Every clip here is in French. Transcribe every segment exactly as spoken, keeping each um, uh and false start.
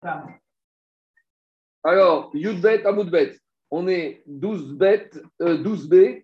Alors, Yudbet, Amoudbet. On est douze bêtes, euh, douze B,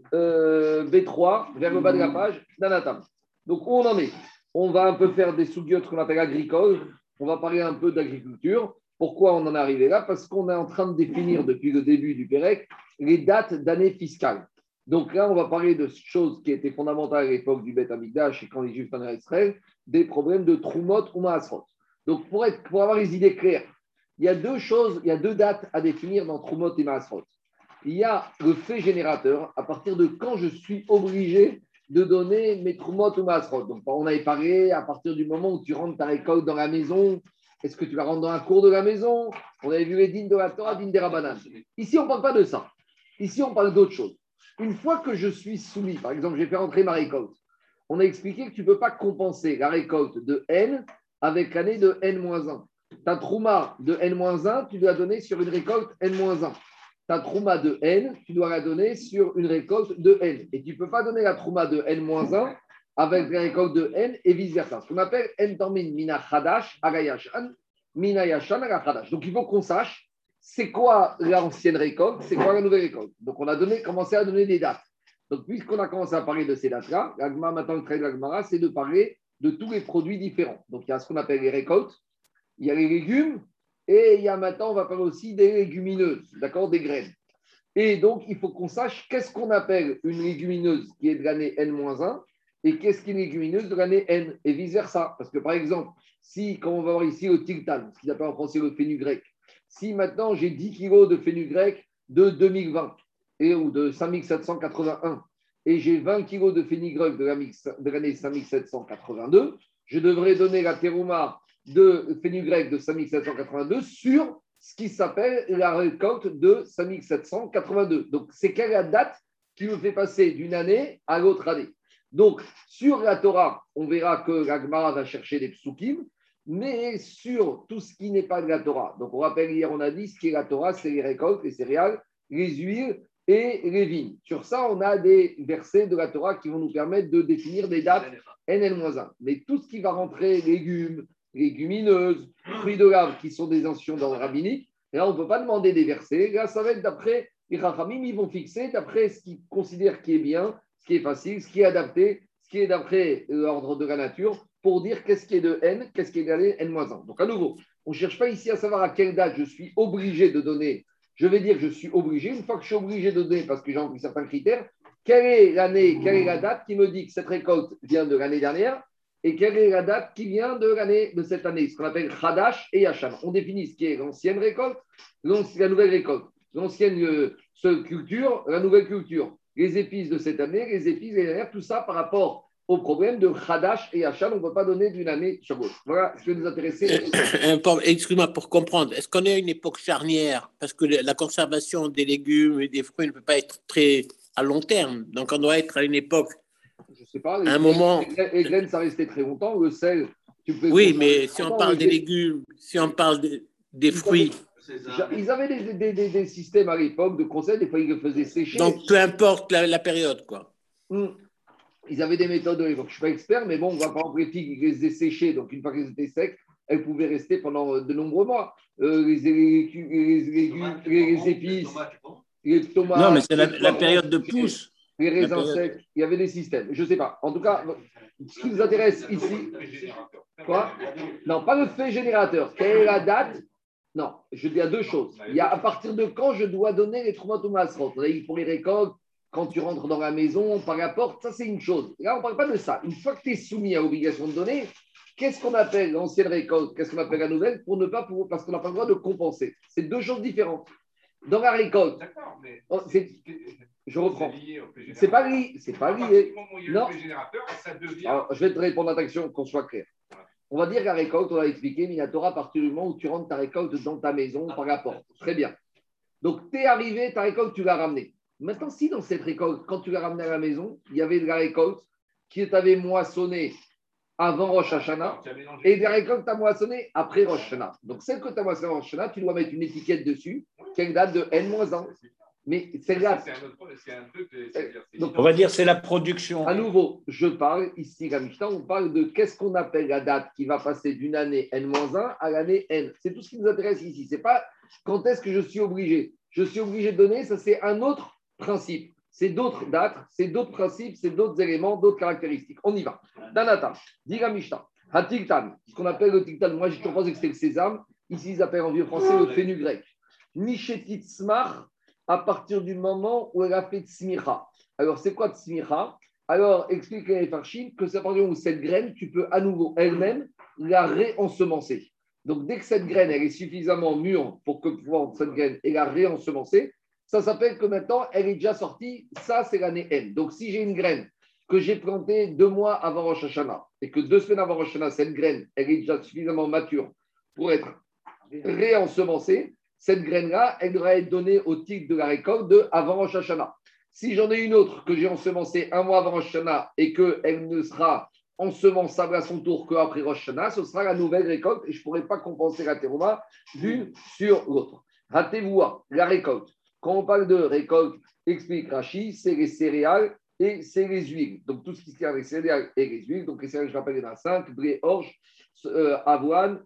euh, B trois, vers le bas de la page, Nanatam. Donc, où on en est? On va un peu faire des sougiotes qu'on appelle agricoles. On va parler un peu d'agriculture. Pourquoi on en est arrivé là? Parce qu'on est en train de définir depuis le début du Pérec les dates d'année fiscale. Donc là, on va parler de choses qui étaient fondamentales à l'époque du Beth Amikdash et quand les Juifs en Israël, des problèmes de Trumot ou Maasrot. Donc pour, être, pour avoir les idées claires, il y a deux choses, il y a deux dates à définir dans Trumot et Maasrot. Il y a le fait générateur, à partir de quand je suis obligé de donner mes Trumot ou Maasrot. Donc on avait parlé à partir du moment où tu rentres ta récolte dans la maison. Est-ce que tu la rentres dans un cours de la maison? On avait vu les dînes de la Torah, dînes des Rabbanan. Ici, on ne parle pas de ça. Ici, on parle d'autre chose. Une fois que je suis soumis, par exemple, j'ai fait rentrer ma récolte, on a expliqué que tu ne peux pas compenser la récolte de N avec l'année de N moins un. Ta trouma de N moins un, tu dois la donner sur une récolte N moins un. Ta trouma de N, tu dois la donner sur une récolte de N. Et tu ne peux pas donner la trouma de N moins un avec la récolte de N et vice-versa. Ce qu'on appelle N Tormin Mina Chadash Agayashan, Mina Yashan Agachadash. Donc il faut qu'on sache c'est quoi l'ancienne récolte, c'est quoi la nouvelle récolte. Donc on a donné, commencé à donner des dates. Donc puisqu'on a commencé à parler de ces dates-là, l'agma, maintenant le trait de l'agmara, c'est de parler de tous les produits différents. Donc il y a ce qu'on appelle les récoltes, il y a les légumes, et il y a maintenant, on va parler aussi des légumineuses, d'accord, des graines. Et donc il faut qu'on sache qu'est-ce qu'on appelle une légumineuse qui est de l'année N moins un, et qu'est-ce qu'une légumineuse de l'année N, et vice-versa. Parce que par exemple, si, comme on va voir ici le tiltan, ce qu'ils appellent en français le fenugrec, si maintenant j'ai dix kilos de fenugrec de deux mille vingt et, ou de cinq mille sept cent quatre-vingt-un et j'ai vingt kilos de fenugrec de l'année cinq mille sept cent quatre-vingt-deux, je devrais donner la terouma de fenugrec de cinq mille sept cent quatre-vingt-deux sur ce qui s'appelle la récolte de cinq mille sept cent quatre-vingt-deux. Donc, c'est quelle la date qui me fait passer d'une année à l'autre année. Donc, sur la Torah, on verra que la Gemara va chercher des psukim, mais sur tout ce qui n'est pas de la Torah. Donc, on rappelle, hier, on a dit, ce qui est la Torah, c'est les récoltes, les céréales, les huiles et les vignes. Sur ça, on a des versets de la Torah qui vont nous permettre de définir des dates N N moins un. Mais tout ce qui va rentrer, légumes, légumineuses, fruits de l'arbre, qui sont des anciens dans le rabbinique, et là, on ne peut pas demander des versets. Là, ça va être d'après les Rachamim, ils vont fixer d'après ce qu'ils considèrent qui est bien, ce qui est facile, ce qui est adapté, ce qui est d'après l'ordre de la nature, pour dire qu'est-ce qui est de N, qu'est-ce qui est d'année N moins un. Donc, à nouveau, on ne cherche pas ici à savoir à quelle date je suis obligé de donner. Je vais dire que je suis obligé. Une fois que je suis obligé de donner, parce que j'ai rempli certains critères, quelle est l'année, quelle est la date qui me dit que cette récolte vient de l'année dernière et quelle est la date qui vient de l'année de cette année, ce qu'on appelle Khadash et Yachan. On définit ce qui est l'ancienne récolte, la nouvelle récolte, l'ancienne euh, culture, la nouvelle culture, les épices de cette année, les épices de l'année dernière, tout ça par rapport au problème de Khadash et Yachan. On ne peut pas donner d'une année sur l'autre. Voilà ce qui va nous intéresser. Excuse-moi, pour comprendre, est-ce qu'on est à une époque charnière? Parce que la conservation des légumes et des fruits ne peut pas être très à long terme. Donc, on doit être à une époque. Je ne sais pas. Les, un moment. Les, les graines, ça restait très longtemps. Le sel, tu peux. Oui, mais si on parle des légumes, si on parle de, des fruits. Ils avaient des, des, des, des systèmes à l'époque de conseil, des fois ils le faisaient sécher. Donc, peu importe la, la période, quoi. Hum. Ils avaient des méthodes de l'époque. Je ne suis pas expert, mais bon, on va par exemple les figues, ils les faisaient sécher. Donc, une fois qu'elles étaient secs, elles pouvaient rester pendant de nombreux mois. Euh, les, les, les, les, les, les épices, les tomates. Non, mais c'est la, la période de pousse. Les raisins secs, il y avait des systèmes. Je ne sais pas. En tout cas, ce qui nous intéresse ici. Quoi? Non, pas le fait générateur. Quelle est la date? Non, je dis à deux choses. Il y a à partir de quand je dois donner les traumates ou masrot. Pour les récoltes, quand tu rentres dans la maison, par la porte, ça c'est une chose. Là, on ne parle pas de ça. Une fois que tu es soumis à l'obligation de donner, qu'est-ce qu'on appelle l'ancienne récolte? Qu'est-ce qu'on appelle la nouvelle? Pour ne pas pouvoir, parce qu'on n'a pas le droit de compenser. C'est deux choses différentes. Dans la récolte, mais c'est, je reprends. C'est pas lié. C'est pas lié. Non. Alors, je vais te répondre à ta question, qu'on soit clair. On va dire que la récolte, on va expliquer, Minatora, à partir du moment où tu rentres ta récolte dans ta maison, par la porte. Très bien. Donc, tu es arrivé, ta récolte, tu l'as ramenée. Maintenant, si dans cette récolte, quand tu l'as ramenée à la maison, il y avait de la récolte qui t'avait moissonné avant Rosh Hashanah et de la récolte que tu as moissonné après Rosh Hashanah. Donc, celle que tu as moissonnée avant Rosh Hashanah, tu dois mettre une étiquette dessus, quelle date de N moins un. Mais c'est là. C'est un autre problème, c'est un truc. C'est Donc, On va dire c'est la production. à nouveau, je parle ici, la Mishnah, on parle de qu'est-ce qu'on appelle la date qui va passer d'une année N moins un à l'année N. C'est tout ce qui nous intéresse ici. C'est pas quand est-ce que je suis obligé. Je suis obligé de donner, ça c'est un autre principe. C'est d'autres dates, c'est d'autres principes, c'est d'autres éléments, d'autres caractéristiques. On y va. Danata, dit la Mishnah, Hatiktan, ce qu'on appelle le Tiktan, moi je pensais que c'était le sésame, ici ils appellent en vieux français le fenugrec. Mishetit smar, à partir du moment où elle a fait tsmicha. Alors c'est quoi tsmicha? Alors explique les Farshim que c'est à partir où cette graine, tu peux à nouveau elle-même la réensemencer. Donc dès que cette graine elle est suffisamment mûre pour que pouvoir cette graine et la réensemencer, ça s'appelle que maintenant elle est déjà sortie. Ça c'est l'année N. Donc si j'ai une graine que j'ai plantée deux mois avant Rosh Hashanah et que deux semaines avant Rosh Hashanah, cette graine elle est déjà suffisamment mature pour être réensemencée, cette graine-là, elle devrait être donnée au titre de la récolte de avant Rosh Hashanah. Si j'en ai une autre que j'ai ensemencée un mois avant Rosh Hashanah et qu'elle ne sera ensemençable à son tour qu'après Rosh Hashanah, ce sera la nouvelle récolte et je ne pourrai pas compenser la terouma d'une sur l'autre. Ratez-vous la récolte. Quand on parle de récolte, explique Rashi, c'est les céréales et c'est les huiles. Donc tout ce qui est les céréales et les huiles. Donc les céréales, je rappelle, il y en a cinq, blé, orge, euh, avoine,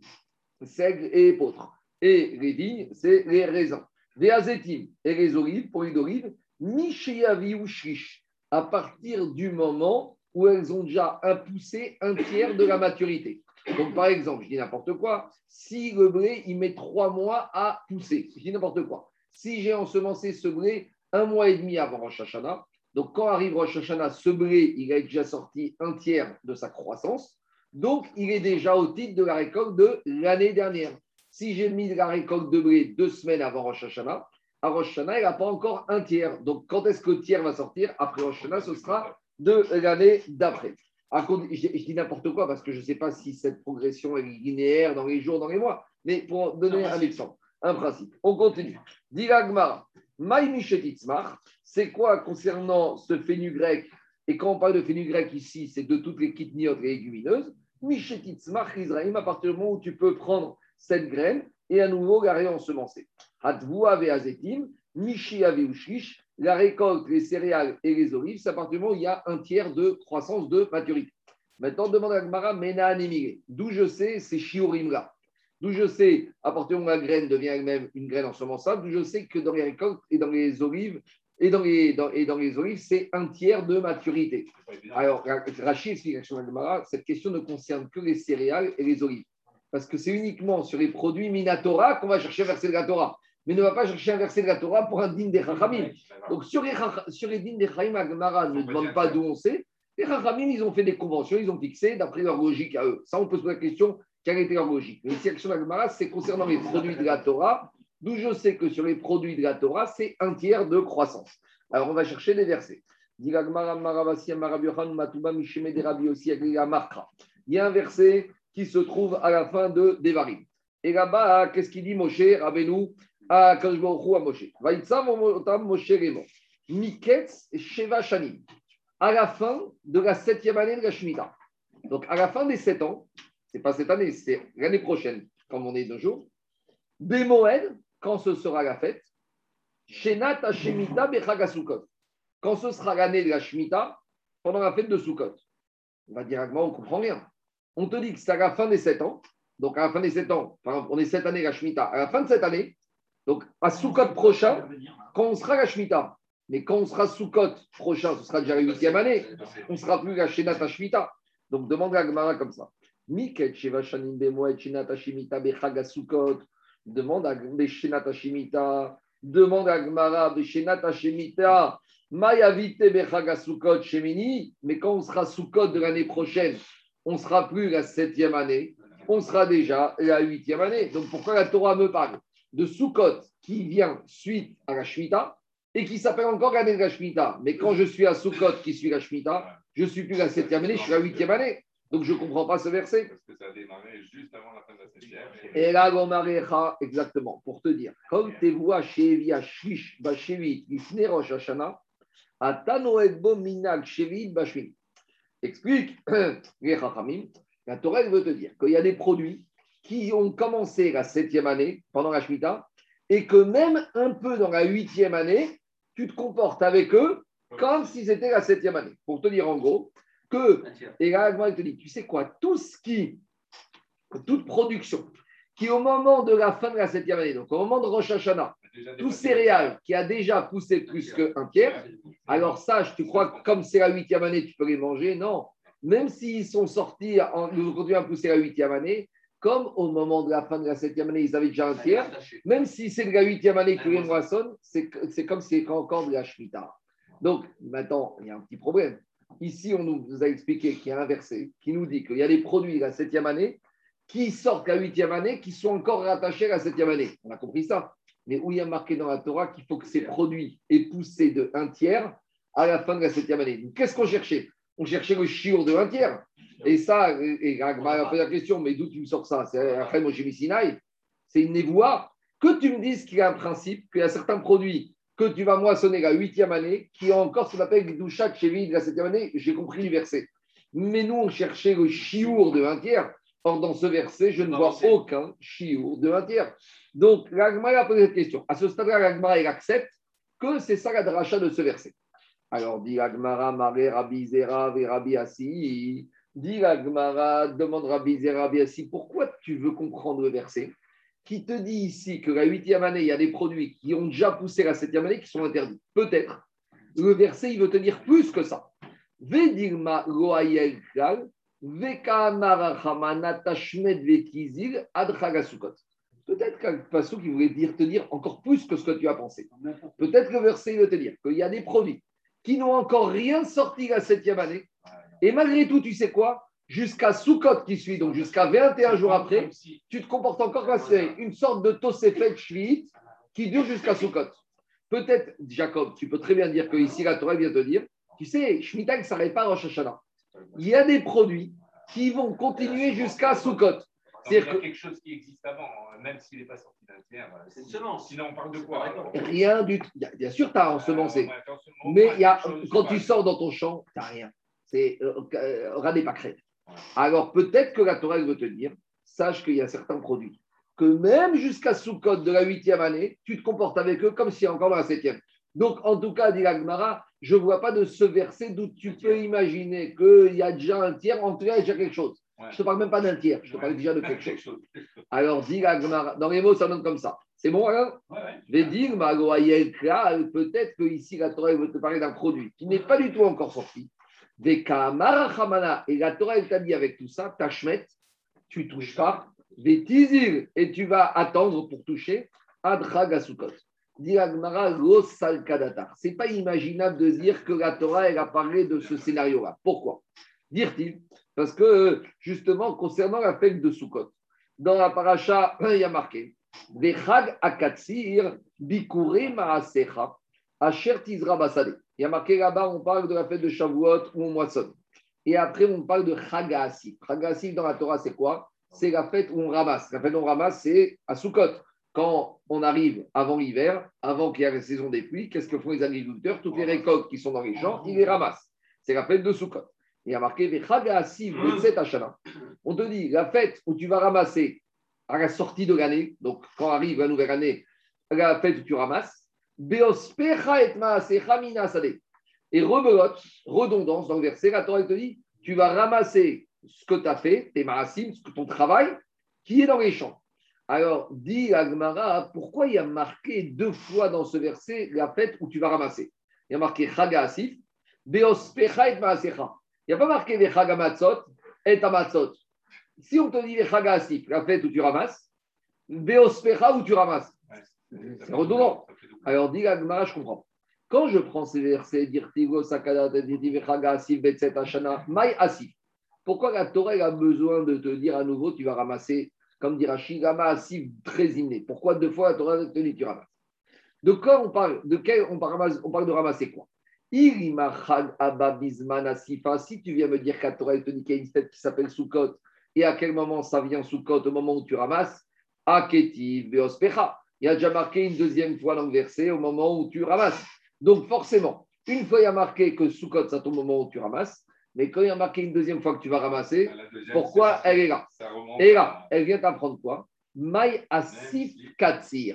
seigle et épeautre. Et les vignes, c'est les raisins. Les azétim et les olives, pour les olives, Mishéavi ou Shrish, à partir du moment où elles ont déjà un poussé un tiers de la maturité. Donc, par exemple, je dis n'importe quoi, si le blé, il met trois mois à pousser, je dis n'importe quoi. Si j'ai ensemencé ce blé un mois et demi avant Rosh Hashanah, donc quand arrive Rosh Hashanah, ce blé, il a déjà sorti un tiers de sa croissance, donc il est déjà au titre de la récolte de l'année dernière. Si j'ai mis la récolte de blé deux semaines avant Rosh Hashanah, à Rosh Hashanah, il n'a pas encore un tiers. Donc, quand est-ce que le tiers va sortir? Après Rosh Hashanah, ce sera de l'année d'après. Je dis n'importe quoi parce que je ne sais pas si cette progression est linéaire dans les jours, dans les mois. Mais pour donner un exemple, un principe. On continue. Dilagmara, Maïmichetitzmar, c'est quoi concernant ce fenugrec? Et quand on parle de fenugrec ici, c'est de toutes les kitniotes, les légumineuses. Michetitzmar, Israël, à partir du moment où tu peux prendre cette graine et à nouveau la réensemencer. Hatvua ve'azetim, mishi aveushlish, la récolte, les céréales et les olives, c'est à partir du moment où il y a un tiers de croissance de maturité. Maintenant, demande à Gmara, Mena Anemire. D'où je sais, c'est Shiurim là. D'où je sais, à partir du moment où la graine devient elle-même une graine ensemençable, d'où je sais que dans les récoltes et dans les olives, et dans les, dans, et dans les olives, c'est un tiers de maturité. Alors, Rachid explique à Gmara, cette question ne concerne que les céréales et les olives. Parce que c'est uniquement sur les produits Minatora qu'on va chercher un verset de la Torah. Mais ne va pas chercher un verset de la Torah pour un din des Chachamim. Donc sur les, sur les din des Chachamim, Agmara ne demande pas d'où on sait. Les Chachamim, ils ont fait des conventions, ils ont fixé d'après leur logique à eux. Ça, on peut se poser la question, quelle était leur logique? Mais ici, l'action d'Agmara, c'est concernant les produits de la Torah, d'où je sais que sur les produits de la Torah, c'est un tiers de croissance. Alors on va chercher des versets. Il y a un verset qui se trouve à la fin de Devarim. Et là-bas, qu'est-ce qu'il dit Moshe Rabbeinu à Kadosh Baruch Hu à Moshe? Vaïtsav otam Moshe Remo. Miketz Sheva Shanim. À la fin de la septième année de la Shemitah. Donc, à la fin des sept ans, c'est pas cette année, c'est l'année prochaine, comme on est deux jours. Bemoed, quand ce sera la fête. Shenat Hashemita Bechag HaSukkot. Quand ce sera l'année de la Shemitah, pendant la fête de Sukkot. On va dire, on ne comprend rien. On te dit que c'est à la fin des sept ans, donc à la fin des sept ans, par exemple, on est cette année la Shemitah, à la fin de cette année, donc à Sukkot prochain, quand on sera la Shemitah, mais quand on sera Sukkot prochain, ce sera déjà la huitième année, on ne sera plus la Shenat Shemitah. Donc demande à Gemara comme ça. Miket Sheva Shanim Bemoed Shenat Shemitah Bechag Sukkot. Demande à Shenat Shemitah. Demande à Gemara Shenat Shemitah. Mayavite Bechag Sukkot Shemini. Mais quand on sera Sukkot de l'année prochaine, on ne sera plus la septième année, on sera déjà la huitième année. Donc pourquoi la Torah me parle de Sukkot qui vient suite à la Shemitah et qui s'appelle encore l'année de la Shemitah? Mais quand je suis à Sukkot qui suit la Shemitah, je ne suis plus la septième année, je suis la huitième année. Donc je ne comprends pas ce verset. Parce que ça a démarré juste avant la fin de la septième. Et là, Gomarecha, exactement, pour te dire, comme tu vois chez Evia Shlish Bashevit, Ifne Rosh Hashanah, Atanoedbo Minag Shevit Bashvit. Explique les Chachamim, la Torah veut te dire qu'il y a des produits qui ont commencé la septième année pendant la Shemitah et que même un peu dans la huitième année, tu te comportes avec eux comme si c'était la septième année. Pour te dire en gros que, et là, il te dit, tu sais quoi, tout ce qui, toute production, qui au moment de la fin de la septième année, donc au moment de Rosh Hashanah, tout céréales qui a déjà poussé plus qu'un tiers, alors sache, tu crois que comme c'est la huitième année, tu peux les manger? Non. Même s'ils sont sortis, en, ils ont continué à pousser la huitième année, comme au moment de la fin de la septième année, ils avaient déjà un tiers, même si c'est de la huitième année que les moissonnent, c'est, c'est comme si c'était encore de la Shemitah. Donc, maintenant, il y a un petit problème. Ici, on nous a expliqué qu'il y a un verset qui nous dit qu'il y a des produits de la septième année qui sortent la huitième année, qui sont encore rattachés à la septième année. On a compris ça. Mais où il y a marqué dans la Torah qu'il faut que ces produits aient poussé de un tiers à la fin de la septième année. Donc, qu'est-ce qu'on cherchait? On cherchait le shiur de un tiers. Et ça, et Agmara a posé la question, mais d'où tu me sors ça? C'est après Moshe Sinaï, c'est une névoie. Que tu me dises qu'il y a un principe, qu'il y a certains produits que tu vas moissonner la huitième année, qui ont encore ce qu'on appelle Gdushat Shevi de la septième année, j'ai compris le verset. Mais nous, on cherchait le shiur de un tiers. Or, dans ce verset, je ne vois aucun shiur de un tiers. Donc, l'Agmara a posé cette question. À ce stade-là, l'Agmara, il accepte que c'est ça la dracha de ce verset. Alors, dit l'Agmara, Maré, Rabbi Zera, et Rabbi Assi. Dit l'Agmara, demande Rabbi Zera, Rabbi Assi, pourquoi tu veux comprendre le verset qui te dit ici que la huitième année, il y a des produits qui ont déjà poussé la septième année qui sont interdits? Peut-être. Le verset, il veut te dire plus que ça. Vedirma loayel klal, vekaamara chamana tashmed vetizil adchagasukot. Peut-être qu'un passage qui voulait dire, te dire encore plus que ce que tu as pensé. Peut-être que le verset il veut te dire qu'il y a des produits qui n'ont encore rien sorti la septième année. Et malgré tout, tu sais quoi? Jusqu'à Sukkot qui suit, donc jusqu'à vingt et un jours après, tu te comportes encore comme c'est une sorte de Tosefet Shvi'it qui dure jusqu'à Sukkot. Peut-être, Jacob, tu peux très bien dire que ici la Torah vient te dire, tu sais, Shemitah ne s'arrête pas à Rosh Hashanah. Il y a des produits qui vont continuer jusqu'à Sukkot. C'est quelque chose qui existe avant, même s'il n'est pas sorti d'un tiers. C'est une semence. Sinon, on parle de quoi? Rien du tout. Bien sûr, tu as ensemencé. Mais il y a, quand tu sors dans ton champ, tu n'as rien. C'est euh, radé pas crête. Alors peut-être que la Torah veut te dire, sache qu'il y a certains produits que même jusqu'à Sukkot de la huitième année, tu te comportes avec eux comme si encore dans la septième. Donc en tout cas, dit la Gemara, je ne vois pas de ce verset d'où tu peux imaginer qu'il y a déjà un tiers, en tout cas il y a déjà quelque chose. Ouais. Je ne te parle même pas d'un tiers, je te parle déjà de quelque chose. Alors dit la Gemara, dans les mots ça donne comme ça. C'est bon alors? Ouais, ouais. Je vais dire, peut-être que ici la Torah veut te parler d'un produit qui n'est pas du tout encore sorti. Des Kamarachamana, et la Torah, elle t'a dit avec tout ça, Tachmet, tu ne touches pas, des Tizir, et tu vas attendre pour toucher, Adragasukot. Dit Agmara, Rosal Kadatar. Ce n'est pas imaginable de dire que la Torah, elle a parlé de ce scénario-là. Pourquoi? Dire-t-il, parce que justement, concernant la fête de Sukkot, dans la paracha, il y a marqué, des Chag Akatsir, Bikure Maasecha, Asher Tizra Basade. Il y a marqué là-bas, on parle de la fête de Shavuot où on moissonne. Et après, on parle de Chaga Asif. Chaga Asif dans la Torah, c'est quoi? C'est la fête où on ramasse. La fête où on ramasse, c'est à Sukkot. Quand on arrive avant l'hiver, avant qu'il y ait la saison des pluies, qu'est-ce que font les agriculteurs? Toutes les récoltes qui sont dans les champs, ils les ramassent. C'est la fête de Sukkot. Il y a marqué Chaga Asif, Betset Hashana. On te dit, la fête où tu vas ramasser à la sortie de l'année, donc quand arrive la nouvelle année, la fête où tu ramasses, et rebelote, redondance dans le verset, la Torah te dit, tu vas ramasser ce que tu as fait, tes marasim, ton travail, qui est dans les champs. Alors, dit Agmara, pourquoi il y a marqué deux fois dans ce verset la fête où tu vas ramasser? Il y a marqué Chaga Asif, Beospecha et Maasecha. Il n'y a pas marqué les Chaga Matzot et Amatzot. Si on te dit les Chaga Asif, la fête où tu ramasses, Beospecha où tu ramasses. C'est redondant. Alors, dit la Gemara, je comprends. Quand je prends ces versets, dire Tigo, Sakada, Chaga, Asif, Betset, Hashana, Maï, Asif, pourquoi la Torah a besoin de te dire à nouveau, tu vas ramasser, comme dit Rashi, Gama, Asif, très hymné? Pourquoi deux fois la Torah te dit, tu ramasses? De quoi on parle? De quel on parle, on parle de ramasser quoi? Irima, Chag, Abba, Bisman, Asifa. Si tu viens me dire qu'à Torah, elle te dit qu'il y a une fête qui s'appelle Sukkot, et à quel moment ça vient Sukkot, au moment où tu ramasses, Aketiv, Beospecha. Il y a déjà marqué une deuxième fois dans le verset au moment où tu ramasses. Donc forcément, une fois il y a marqué que Sukkot, ça tombe au moment où tu ramasses, mais quand il y a marqué une deuxième fois que tu vas ramasser, pourquoi elle est là? Elle est là, elle vient t'apprendre quoi? Maï Asif Katsir.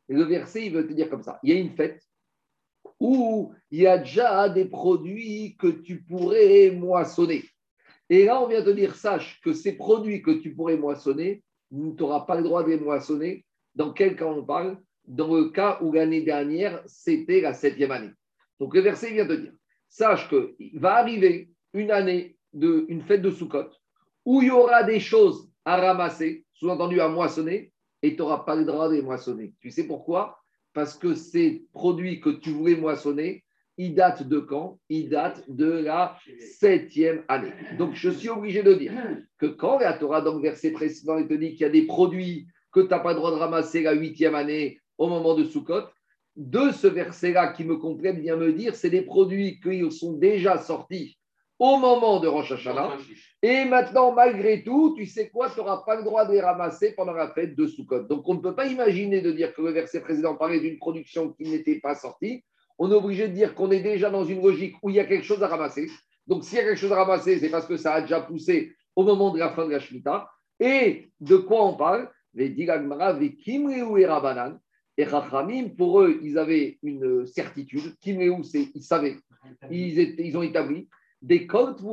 le verset, il veut te dire comme ça. Il y a une fête où il y a déjà des produits que tu pourrais moissonner. Et là, on vient te dire, sache que ces produits que tu pourrais moissonner, tu n'auras pas le droit de les moissonner. Dans quel cas on parle? Dans le cas où l'année dernière, c'était la septième année. Donc le verset vient te dire, sache qu'il va arriver une année, de, une fête de Sukkot, où il y aura des choses à ramasser, sous-entendu à moissonner, et tu n'auras pas le droit de les moissonner. Tu sais pourquoi? Parce que ces produits que tu voulais moissonner, ils datent de quand? Ils datent de la septième année. Donc, je suis obligé de dire que quand la Torah, dans le verset précédent, elle te dit qu'il y a des produits que tu n'as pas le droit de ramasser la huitième année au moment de Sukkot, de ce verset-là qui me complète vient me dire c'est des produits qui sont déjà sortis au moment de Rosh Hashanah. Et maintenant, malgré tout, tu sais quoi, tu n'auras pas le droit de les ramasser pendant la fête de Sukkot. Donc, on ne peut pas imaginer de dire que le verset précédent parlait d'une production qui n'était pas sortie. On est obligé de dire qu'on est déjà dans une logique où il y a quelque chose à ramasser. Donc, s'il y a quelque chose à ramasser, c'est parce que ça a déjà poussé au moment de la fin de la Shemitah. Et de quoi on parle? Les Dilagmara, les Kimreu et Rabanan. Et Chachamim, pour eux, ils avaient une certitude. Kimreu, c'est ils savaient. Ils, étaient, ils ont établi des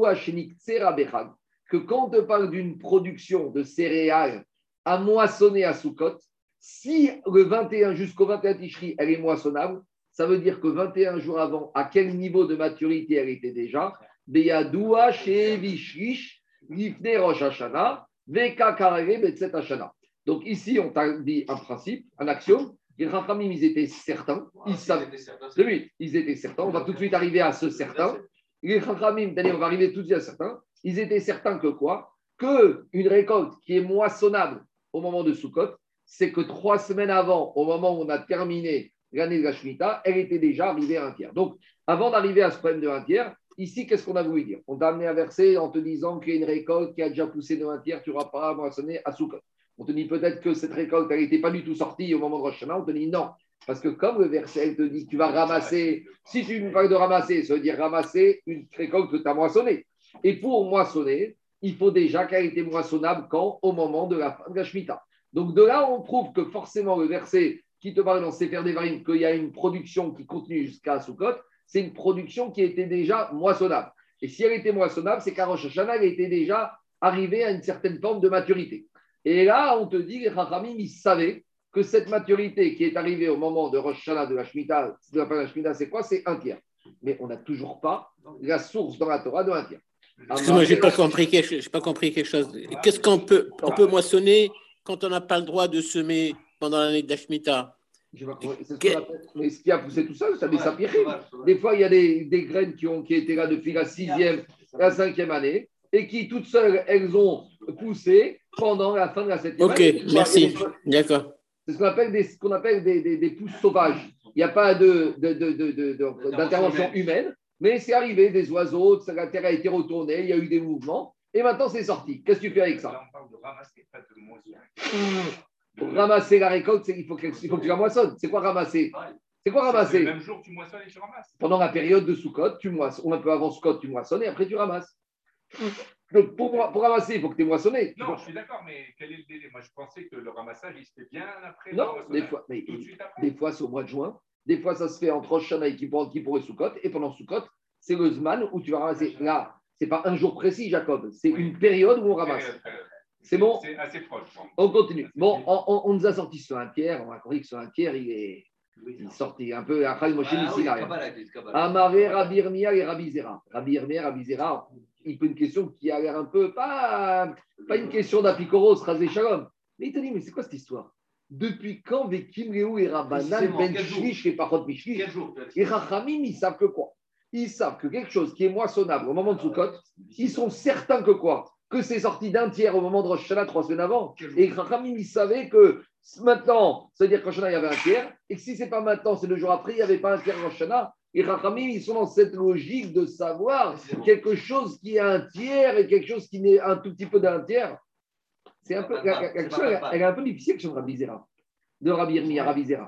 que quand on te parle d'une production de céréales à moissonner à Sukkot, si le vingt et un jusqu'au vingt et un Tishri, elle est moissonnable, ça veut dire que vingt et un jours avant, à quel niveau de maturité elle était déjà? Beyadoua chez Vishrish, Lifne Rosh Hashanah, Veka Karare Betset Hashanah. Donc ici, on t'a dit un principe, un axiome. Les Rachamim, ils étaient certains, ils savaient. Oui, ils étaient certains. On va tout de suite arriver à ce certain. Les Chachamim, on va arriver tout de suite à certains, ils étaient certains que quoi? Qu'une récolte qui est moissonnable au moment de Sukkot, c'est que trois semaines avant, au moment où on a terminé l'année de la Shemitah, elle était déjà arrivée à un tiers. Donc, avant d'arriver à ce problème de un tiers, ici, qu'est-ce qu'on a voulu dire? On t'a amené un verset en te disant qu'il y a une récolte qui a déjà poussé de un tiers, tu n'auras pas à moissonner à Sukkot. On te dit peut-être que cette récolte, elle n'était pas du tout sortie au moment de Rosh Hashanah. On te dit non. Parce que comme le verset elle te dit que tu vas ramasser, si tu me parles de ramasser, ça veut dire ramasser une récolte que tu as moissonnée. Et pour moissonner, il faut déjà qu'elle ait été moissonnable quand? Au moment de la fin de la Shemitah. Donc de là, on prouve que forcément le verset qui te parle dans Sefer Devarim qu'il y a une production qui continue jusqu'à Sukkot, c'est une production qui était déjà moissonnable. Et si elle était moissonnable, c'est qu'à Rosh Hashanah, elle était déjà arrivée à une certaine forme de maturité. Et là, on te dit, les Chachamim, ils savaient que cette maturité qui est arrivée au moment de Rosh Hashanah, de la Shemitah, de la fin de la Shemitah, c'est quoi? C'est un tiers. Mais on n'a toujours pas la source dans la Torah de un tiers. Excuse-moi, je n'ai pas compris quelque, j'ai pas compris quelque chose. Qu'est-ce qu'on peut, on peut moissonner quand on n'a pas le droit de semer pendant l'année de la Shemitah? C'est ce qu'on appelle. Mais ce qui a poussé tout ça, c'est des sapirim. Des fois, il y a des, des graines qui, ont, qui étaient là depuis la sixième, la cinquième année, et qui toutes seules, elles ont poussé pendant la fin de la septième Ok, année. Ok, merci. D'accord. C'est ce qu'on appelle des, ce qu'on appelle des, des, des pousses sauvages. Il n'y a pas de, de, de, de, de, de, d'intervention humaine, mais c'est arrivé, des oiseaux, la terre a été retournée, il y a eu des mouvements, et maintenant c'est sorti. Qu'est-ce que tu fais avec ça? On parle de ramasser, pas de moissonner. Pour ramasser la récolte, il faut, que, il faut que tu la moissonnes. C'est quoi ramasser? C'est quoi ramasser? Le même jour, tu moissonnes et tu ramasses. Pendant la période de Sukkot, tu moissonnes. Un peu avant Sukkot, tu moissonnes et après tu ramasses. Donc, pour, pour ramasser, il faut que tu aies moissonné. Non, je suis d'accord, mais quel est le délai? Moi, je pensais que le ramassage, il se fait bien après. Non, des fois, mais, des fois, c'est au mois de juin. Des fois, ça se fait entre Rosh Hashanah et Kippour et Sukkot. Et pendant Sukkot, c'est le Zman où tu vas ramasser. Là, ce n'est pas un jour précis, Jacob. C'est oui. Une période où on ramasse. C'est bon? C'est assez proche. On continue. Bon, on, on, on nous a sorti sur un tiers. On a compris que sur un tiers, il est, il est sorti un peu. Après, Moshe Missinaï. Amaré, Rabbi Irmia et Rabbi Zera. Rabbi Irmia, Rabbi Zera, il pose une question qui a l'air un peu, pas, pas une question d'apikoros, rasé shalom. Mais il te dit, mais c'est quoi cette histoire? Depuis quand Vekim Léou et Rabbanan, Ben Shlish et Parot Mishlish, et Rachamim, ils savent que quoi? Ils savent que quelque chose qui est moissonnable au moment de Sukkot, ils sont certains que quoi? Que c'est sorti d'un tiers au moment de Rosh Hashanah trois semaines avant. Et Rachamim, ils savaient que maintenant, c'est-à-dire qu'en Rosh Hashanah, il y avait un tiers, et que si ce n'est pas maintenant, c'est le jour après, il n'y avait pas un tiers Rosh Hashanah. Et Rachamim, ils sont dans cette logique de savoir quelque chose qui est un tiers et quelque chose qui n'est un tout petit peu d'un tiers. C'est un peu, la, la, la, la, elle, elle est un peu difficile, question de Rabbi Zera. De Rabbi Irmia, Rabbi Zera.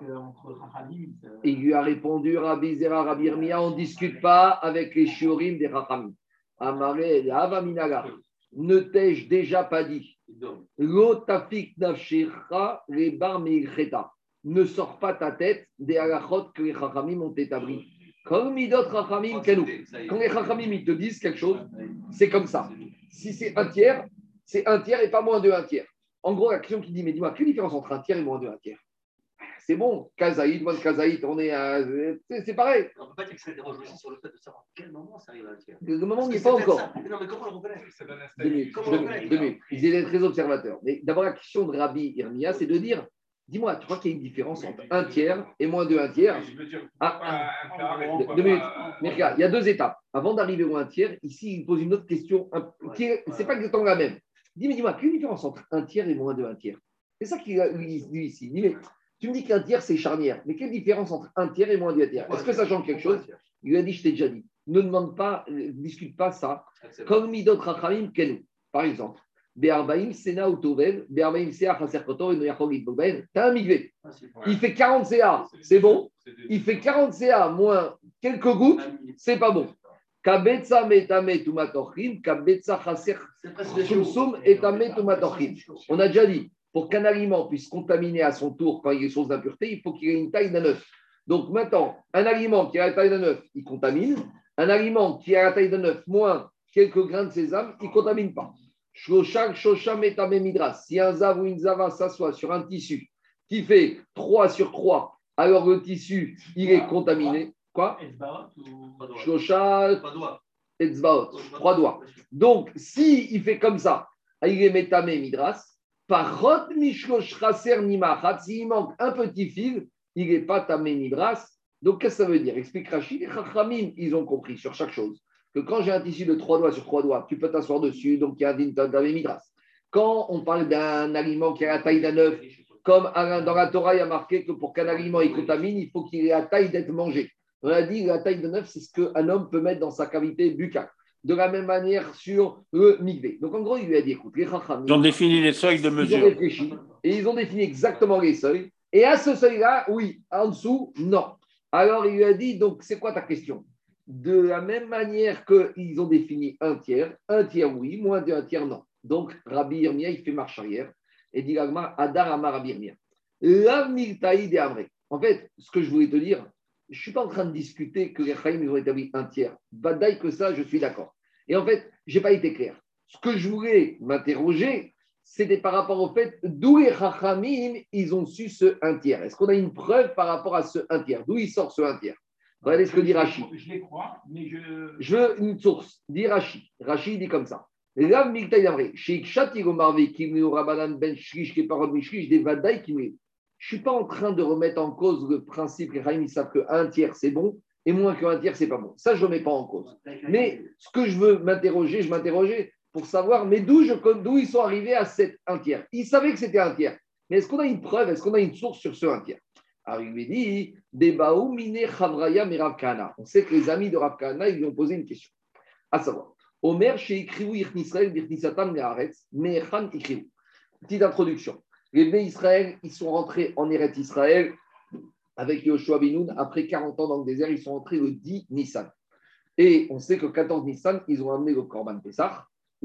Il lui a répondu, Rabbi Zera, Rabbi Irmia, on ne discute pas avec les shiurim des Rachamim. Amaré, Avaminaga, ne t'ai-je déjà pas dit? Lo tafik nafshecha rebar meicheta. ne sors pas ta tête des halachot que les chachamim ont établi. Comme midot chachamim kenou. Quand les chachamim ils te disent quelque chose, c'est comme ça. Si c'est un tiers, c'est un tiers et pas moins de un tiers. En gros, la question qui dit, mais dis-moi, quelle différence entre un tiers et moins de un tiers? C'est bon, Kazaïd, moins de Kazaïd, on est à. C'est, c'est pareil. On ne peut pas dire que ça dérange aussi sur le fait de savoir à quel moment ça arrive à un tiers. Le moment Parce n'y que est pas c'est peut-être encore. ça. Mais non, mais comment on le reconnaît? Deux minutes, Comment deux on le minutes, reconnaît? deux minutes. Ils étaient très observateurs. Mais d'abord, la question de Rabbi Irmia, c'est de dire, dis-moi, tu crois qu'il y a une différence entre un tiers et moins de un tiers? Ah, deux, deux minutes. Mais regarde, il y a deux étapes. Avant d'arriver au un tiers, ici, il pose une autre question. Un, qui est, c'est pas exactement la même. Dis, mais dis-moi, quelle est la différence entre un tiers et moins de un tiers? C'est ça qu'il lui dit ici. Dis, mais tu me dis qu'un tiers, c'est charnière. Mais quelle différence entre un tiers et moins de un tiers? Est-ce que ça change quelque chose? Il lui a dit, je t'ai déjà dit. Ne demande pas, ne discute pas ça. Comme Midot Rachamim Kenou. Par exemple, Be'arbaim Sena ou Tovel, Be'arbaim Sea Chaser Kotor, et Noyachog Itboben. T'as un migvé. Il fait quarante C A, c'est bon. Il fait quarante C A moins quelques gouttes, c'est pas bon. Kabetza metame tumatochim, kabetza chaser sumsum etame tumatochim. On a déjà dit, pour qu'un aliment puisse contaminer à son tour quand il est source d'impureté, il faut qu'il ait une taille d'un œuf. Donc maintenant, un aliment qui a la taille d'un œuf, il contamine. Un aliment qui a la taille d'un œuf moins quelques grains de sésame, il ne contamine pas. Shoshak, shosham etame midras. Si un zav ou une zava s'assoit sur un tissu qui fait trois sur trois, alors le tissu, il est contaminé. Quoi? Shoshak, etzbaot, trois doigts. Donc, si il fait comme ça, il est metame midras. Parot mishlosh chaser nimachat. S'il manque un petit fil, il n'est pas tamé midras. Donc, qu'est-ce que ça veut dire? Explique Rachid. Les chachamim, ils ont compris sur chaque chose que quand j'ai un tissu de trois doigts sur trois doigts, tu peux t'asseoir dessus, donc il y a un din tamé midras. Quand on parle d'un aliment qui a la taille d'un œuf, comme dans la Torah, il y a marqué que pour qu'un aliment il contamine, il faut qu'il ait la taille d'être mangé. On a dit que la taille d'un œuf, c'est ce qu'un homme peut mettre dans sa cavité buccale. De la même manière sur le migvé. Donc en gros, il lui a dit, écoute, les chachamim, ils ont défini les seuils de mesure. Ils ont réfléchi et ils ont défini exactement les seuils. Et à ce seuil-là, oui. En dessous, non. Alors il lui a dit, donc c'est quoi ta question? De la même manière qu'ils ont défini un tiers, un tiers oui, moins d'un tiers non. Donc Rabbi Yirmiyah, il fait marche arrière et dit l'agma, Adar Amar Rabbi Yirmiyah. La miltaï de Amré. En fait, ce que je voulais te dire, je ne suis pas en train de discuter que les Chaïm ils ont établi un tiers. Badaï que ça, je suis d'accord. Et en fait, je n'ai pas été clair. Ce que je voulais m'interroger, c'était par rapport au fait d'où les Chachamim, ils ont su ce un tiers. Est-ce qu'on a une preuve par rapport à ce un tiers? D'où il sort ce un tiers? Regardez ce que dit Rashi. Je les crois, mais je. Je veux une source. Dit Rashi. Rashi dit comme ça. Lav Miktaï Damré. Sheikh Shatigo Marvé, Kimli Rabanan Ben Shrish, qui parle de Shrish, des Vadaï Kimli. Je ne suis pas en train de remettre en cause le principe que les Chaïm, ils savent qu'un tiers c'est bon et moins qu'un tiers c'est pas bon. Ça, je ne remets pas en cause. Mais ce que je veux m'interroger, je m'interrogeais pour savoir, mais d'où, je, d'où ils sont arrivés à cet un tiers. Ils savaient que c'était un tiers. Mais est-ce qu'on a une preuve, est-ce qu'on a une source sur ce un tiers? Alors il lui dit, Debaou mine Chavraya mais Rav Kahana. On sait que les amis de Rav Kahana, ils lui ont posé une question. À savoir, Omer chez Ikriou Irnisraël, Birnisatam Neharetz, Mechan Ikriou. Petite introduction. Les Bnei Israël, ils sont rentrés en Eretz Israël avec Yoshua Binoun. Après quarante ans dans le désert, ils sont rentrés le dix Nissan. Et on sait que quatorze Nissan, ils ont amené le Korban Pessah.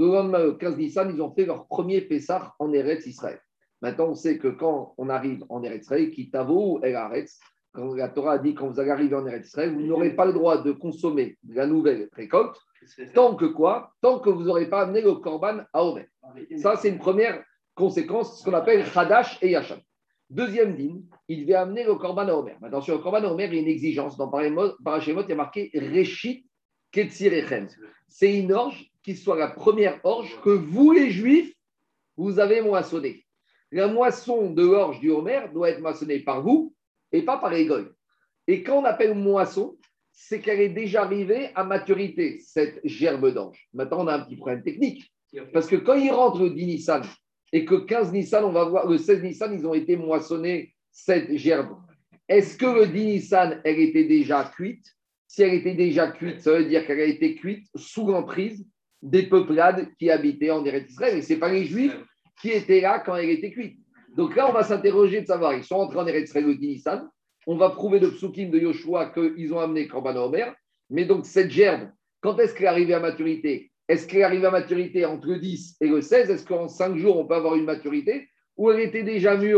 Le quinze Nissan, ils ont fait leur premier Pessah en Eretz Israël. Maintenant, on sait que quand on arrive en Eretz Israël, Kitavo El Haaretz, quand la Torah a dit quand vous allez arriver en Eretz Israël, vous n'aurez pas le droit de consommer de la nouvelle récolte, tant que quoi? Tant que vous n'aurez pas amené le Korban à Omer. Ça, c'est une première conséquence, ce qu'on appelle Hadash et Yacham. Deuxième din, il devait amener le Korban à Omer. Maintenant, sur le Korban à Omer, il y a une exigence. Dans Parashemot, il y a marqué Reshit Ketzirechem. C'est une orge qui soit la première orge que vous, les Juifs, vous avez moissonnée. La moisson de l'orge du Homer doit être moissonnée par vous et pas par les Goy. Et quand on appelle moisson, c'est qu'elle est déjà arrivée à maturité, cette gerbe d'orge. Maintenant, on a un petit problème technique. Parce que quand il rentre le dix Nissan et que quinze Nissan, on va voir, le seize Nissan, ils ont été moissonnés cette gerbe. Est-ce que le dix Nissan, elle était déjà cuite? Si elle était déjà cuite, ça veut dire qu'elle a été cuite sous l'emprise des peuplades qui habitaient en Eretz Israël. Et ce n'est pas les Juifs qui étaient là quand elle était cuite. Donc là, on va s'interroger de savoir, ils sont entrés en Eretz Israël le dix Nissan. On va prouver de Psukim de Yoshua qu'ils ont amené Korban Omer. Mais donc, cette gerbe, quand est-ce qu'elle est arrivée à maturité? Est-ce qu'elle est arrivée à maturité entre le dix et le seize? Est-ce qu'en cinq jours, on peut avoir une maturité? Ou elle était déjà mûre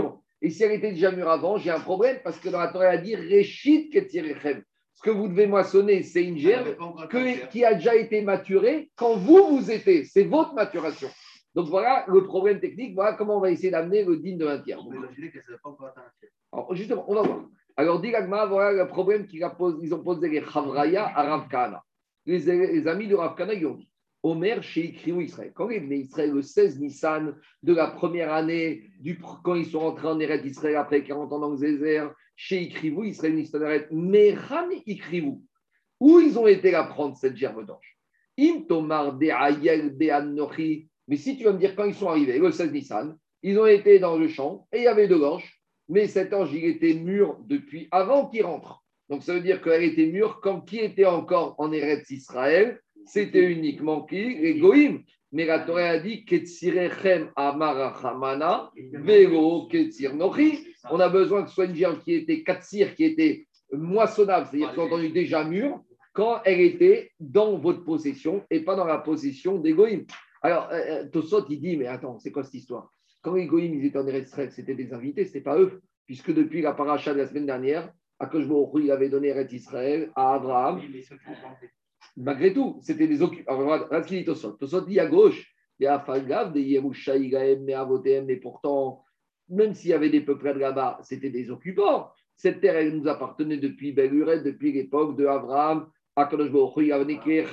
Et si elle était déjà mûre avant, j'ai un problème parce que dans la Torah, elle a dit Réchit Ketirichem. Ce que vous devez moissonner, c'est une gerbe que- qui a déjà été maturée quand vous, vous étiez. C'est votre maturation. Donc voilà le problème technique. Voilà comment on va essayer d'amener le digne de un tiers. On peut imaginer qu'elle ne s'est pas encore atteint un tiers. Alors, justement, on va voir. Alors, dit l'Agma, voilà le problème qu'ils ont posé les Chavraya à Rav Kahana. Les, les amis de Rav Kahana, ils ont dit Omer chez Ikriou Israël. Quand les Bnei Israël, le seize Nissan de la première année, du, quand ils sont rentrés en Eretz Israël après quarante ans dans le désert, chez Ikriou, Israël Nissan Meran Ikriou. Où ils ont été là prendre cette gerbe d'ange Im Tomar de Ayel de Anochi. Mais si tu vas me dire quand ils sont arrivés, le seize Nissan, ils ont été dans le champ et il y avait de l'orge. Mais cet ange, il était mûr depuis avant qu'il rentre. Donc, ça veut dire qu'elle était mûre quand qui était encore en Eretz Israël, c'était uniquement qui les Goïm. Mais la Torah a dit Ketsirechem Amarachamana, Velo Ketsir Nochi. On a besoin que ce soit une gerbe qui était katsir, qui était moissonnable, c'est-à-dire qui entendu déjà mûre, quand elle était dans votre possession et pas dans la possession des Goïm. Alors, euh, Tosot, il dit mais attends, c'est quoi cette histoire? Quand les Goïm, ils étaient en Eretz Israël, c'était des invités, ce n'était pas eux. Puisque depuis la paracha de la semaine dernière, Akadosh Baruch Hu, il avait donné Eretz Israël à Abraham. Malgré tout, c'était des occupants. Alors, regarde ce qu'il dit Tosot. Tosot dit à gauche, il y a Falgav, des Yerusha, Igaem, Meavotem, mais pourtant, même s'il y avait des peuplades là-bas, c'était des occupants. Cette terre, elle nous appartenait depuis Beluret, depuis l'époque de Abraham. Akadosh Baruch Hu, il avait dit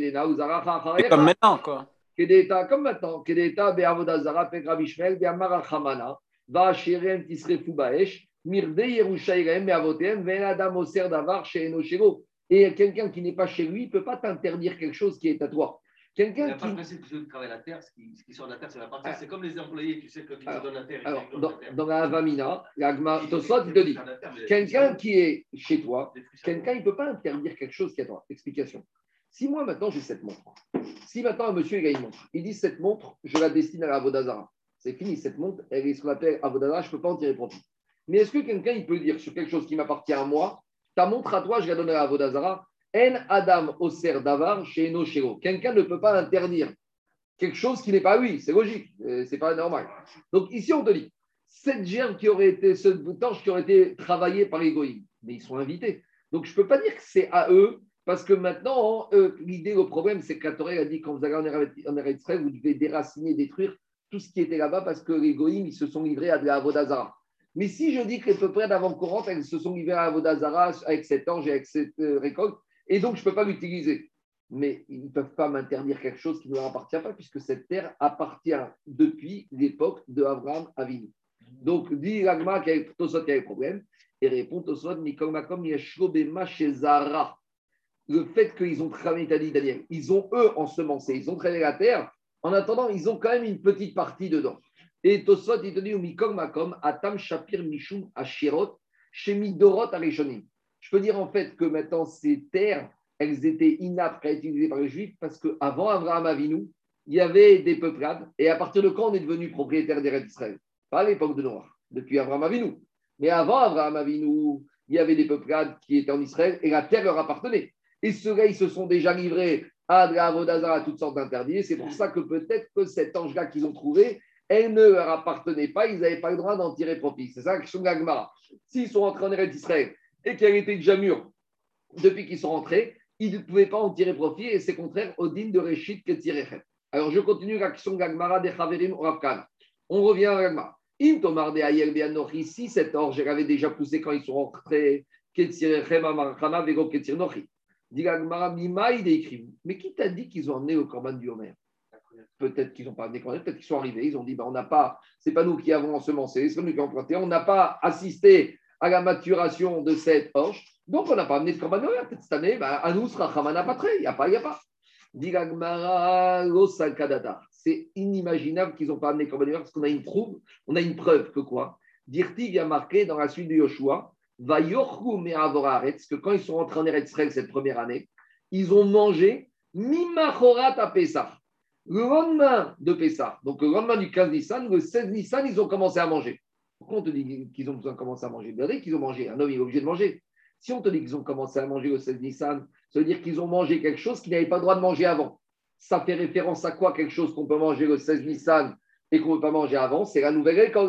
C'est comme maintenant, quoi. Kedeta, comme maintenant, Kedeta, Beavodazara, Pegravishmel, Beamarachamana, Va Sherem Tisrefu Baesh, Mirde Yerushaïrem, Beavotem, Venadam Oser Davar, chez Enoshego. Et quelqu'un qui n'est pas chez lui ne peut pas t'interdire quelque chose qui est à toi. Il n'y Quelqu'un a pas qui. le principe que celui qui travaille la terre, ce qui, ce qui sort de la terre, c'est la partie. C'est comme les employés, tu sais, que qui te donnent la terre. et Alors, qui te donnent dans, la terre. dans la Avamina, l'Agma, Tosot, il te dit quelqu'un qui est chez toi, quelqu'un, il ne peut pas interdire quelque chose qui est à toi. Explication. Si moi, maintenant, j'ai cette montre, si maintenant un monsieur il a une montre, il dit cette montre, je la destine à la Avodazara. C'est fini, cette montre, elle est ce qu'on appelle Avodazara, je ne peux pas en tirer profit. Mais est-ce que quelqu'un, il peut dire sur quelque chose qui m'appartient à moi, ta montre à toi, je la donne à la Avodazara, En Adam Oser Davar chez Eno Shego. Quelqu'un ne peut pas interdire quelque chose qui n'est pas lui, c'est logique, c'est pas normal. Donc ici, on te dit, cette gerbe qui aurait été, ce boutange qui aurait été travaillé par les Goïms, mais ils sont invités. Donc je ne peux pas dire que c'est à eux. Parce que maintenant, euh, l'idée, le problème, c'est que la Torah a dit quand vous allez en Eretz Israël, vous devez déraciner, détruire tout ce qui était là-bas parce que les Goïms, ils se sont livrés à de la Avodazara. Mais si je dis que les peuples d'avant courantes, elles se sont livrées à la Avodazara avec cet ange et avec cette euh, récolte, et donc je ne peux pas l'utiliser. Mais ils ne peuvent pas m'interdire quelque chose qui ne leur appartient pas, puisque cette terre appartient depuis l'époque de Abraham Avinu. Donc, dit l'Agma qu'il y a Tosot qui a le problème, et répond Tosot, Mikol Makom Yeshlo Bema Shezara. Le fait qu'ils ont travaillé, Daniel, ils ont eux ensemencé, ils ont travaillé la terre, en attendant, ils ont quand même une petite partie dedans. Et Tosot, il te dit, Mikol Makom, Atam Shapir Mishum Ashirot, Shemidorot Arishonim. Je peux dire en fait que maintenant, ces terres, elles étaient inaptes à utiliser par les Juifs parce qu'avant Abraham Avinu, il y avait des peuplades. Et à partir de quand on est devenu propriétaire des Eretz Israël? Pas à l'époque de Noah, depuis Abraham Avinu. Mais avant Abraham Avinu, il y avait des peuplades qui étaient en Israël et la terre leur appartenait. Et ceux-là, ils se sont déjà livrés à de la Avodazara, à toutes sortes d'interdits. C'est pour ça que peut-être que cet ange-là qu'ils ont trouvé, elle ne leur appartenait pas, ils n'avaient pas le droit d'en tirer profit. C'est ça la question de la Gemara. S'ils sont rentrés en Eretz Israël et qu'elle était déjà mûre depuis qu'ils sont rentrés, ils ne pouvaient pas en tirer profit et c'est contraire au din de Réchit Ketirechem. Alors je continue la question de la Gemara des Chaverim au Rav Kahana. On revient à la Gemara. Im Tomar de Ayel Beanochi, si cet orge avait déjà poussé quand ils sont rentrés, Ketirechem Amarchana Vego Ketir Nochi. Dit la Gemara, Mimaï d'écrire. Mais qui t'a dit qu'ils ont emmené le Corban du Homer? Peut-être qu'ils n'ont pas amené Corban, peut-être qu'ils sont arrivés, ils ont dit, ben, on n'a pas, c'est pas nous qui avons ensemencé, c'est pas nous qui avons planté, on n'a pas assisté à la maturation de cette orge, donc on n'a pas amené de Corban du Homer. Peut-être cette année, ben, à nous sera Hamana Patre, il n'y a pas, il n'y a pas. Dit la Gemara, Losalkadata. C'est inimaginable qu'ils n'ont pas amené Corban du Homer parce qu'on a une preuve, on a une preuve que quoi? Dirti vient marquer dans la suite de Yoshua, va yorchou me'avoraretz, que quand ils sont rentrés en Eretz Israël cette première année, ils ont mangé mimachorat à Pessah. Le lendemain de Pessah, donc le lendemain du quinze Nissan, le seize Nissan, ils ont commencé à manger. Pourquoi on te dit qu'ils ont commencé à manger? Bien sûr qu'ils ont mangé. Un homme, il est obligé de manger. Si on te dit qu'ils ont commencé à manger le seize Nissan, ça veut dire qu'ils ont mangé quelque chose qu'ils n'avaient pas le droit de manger avant. Ça fait référence à quoi? Quelque chose qu'on peut manger le seize Nissan et qu'on ne peut pas manger avant, c'est la nouvelle récolte.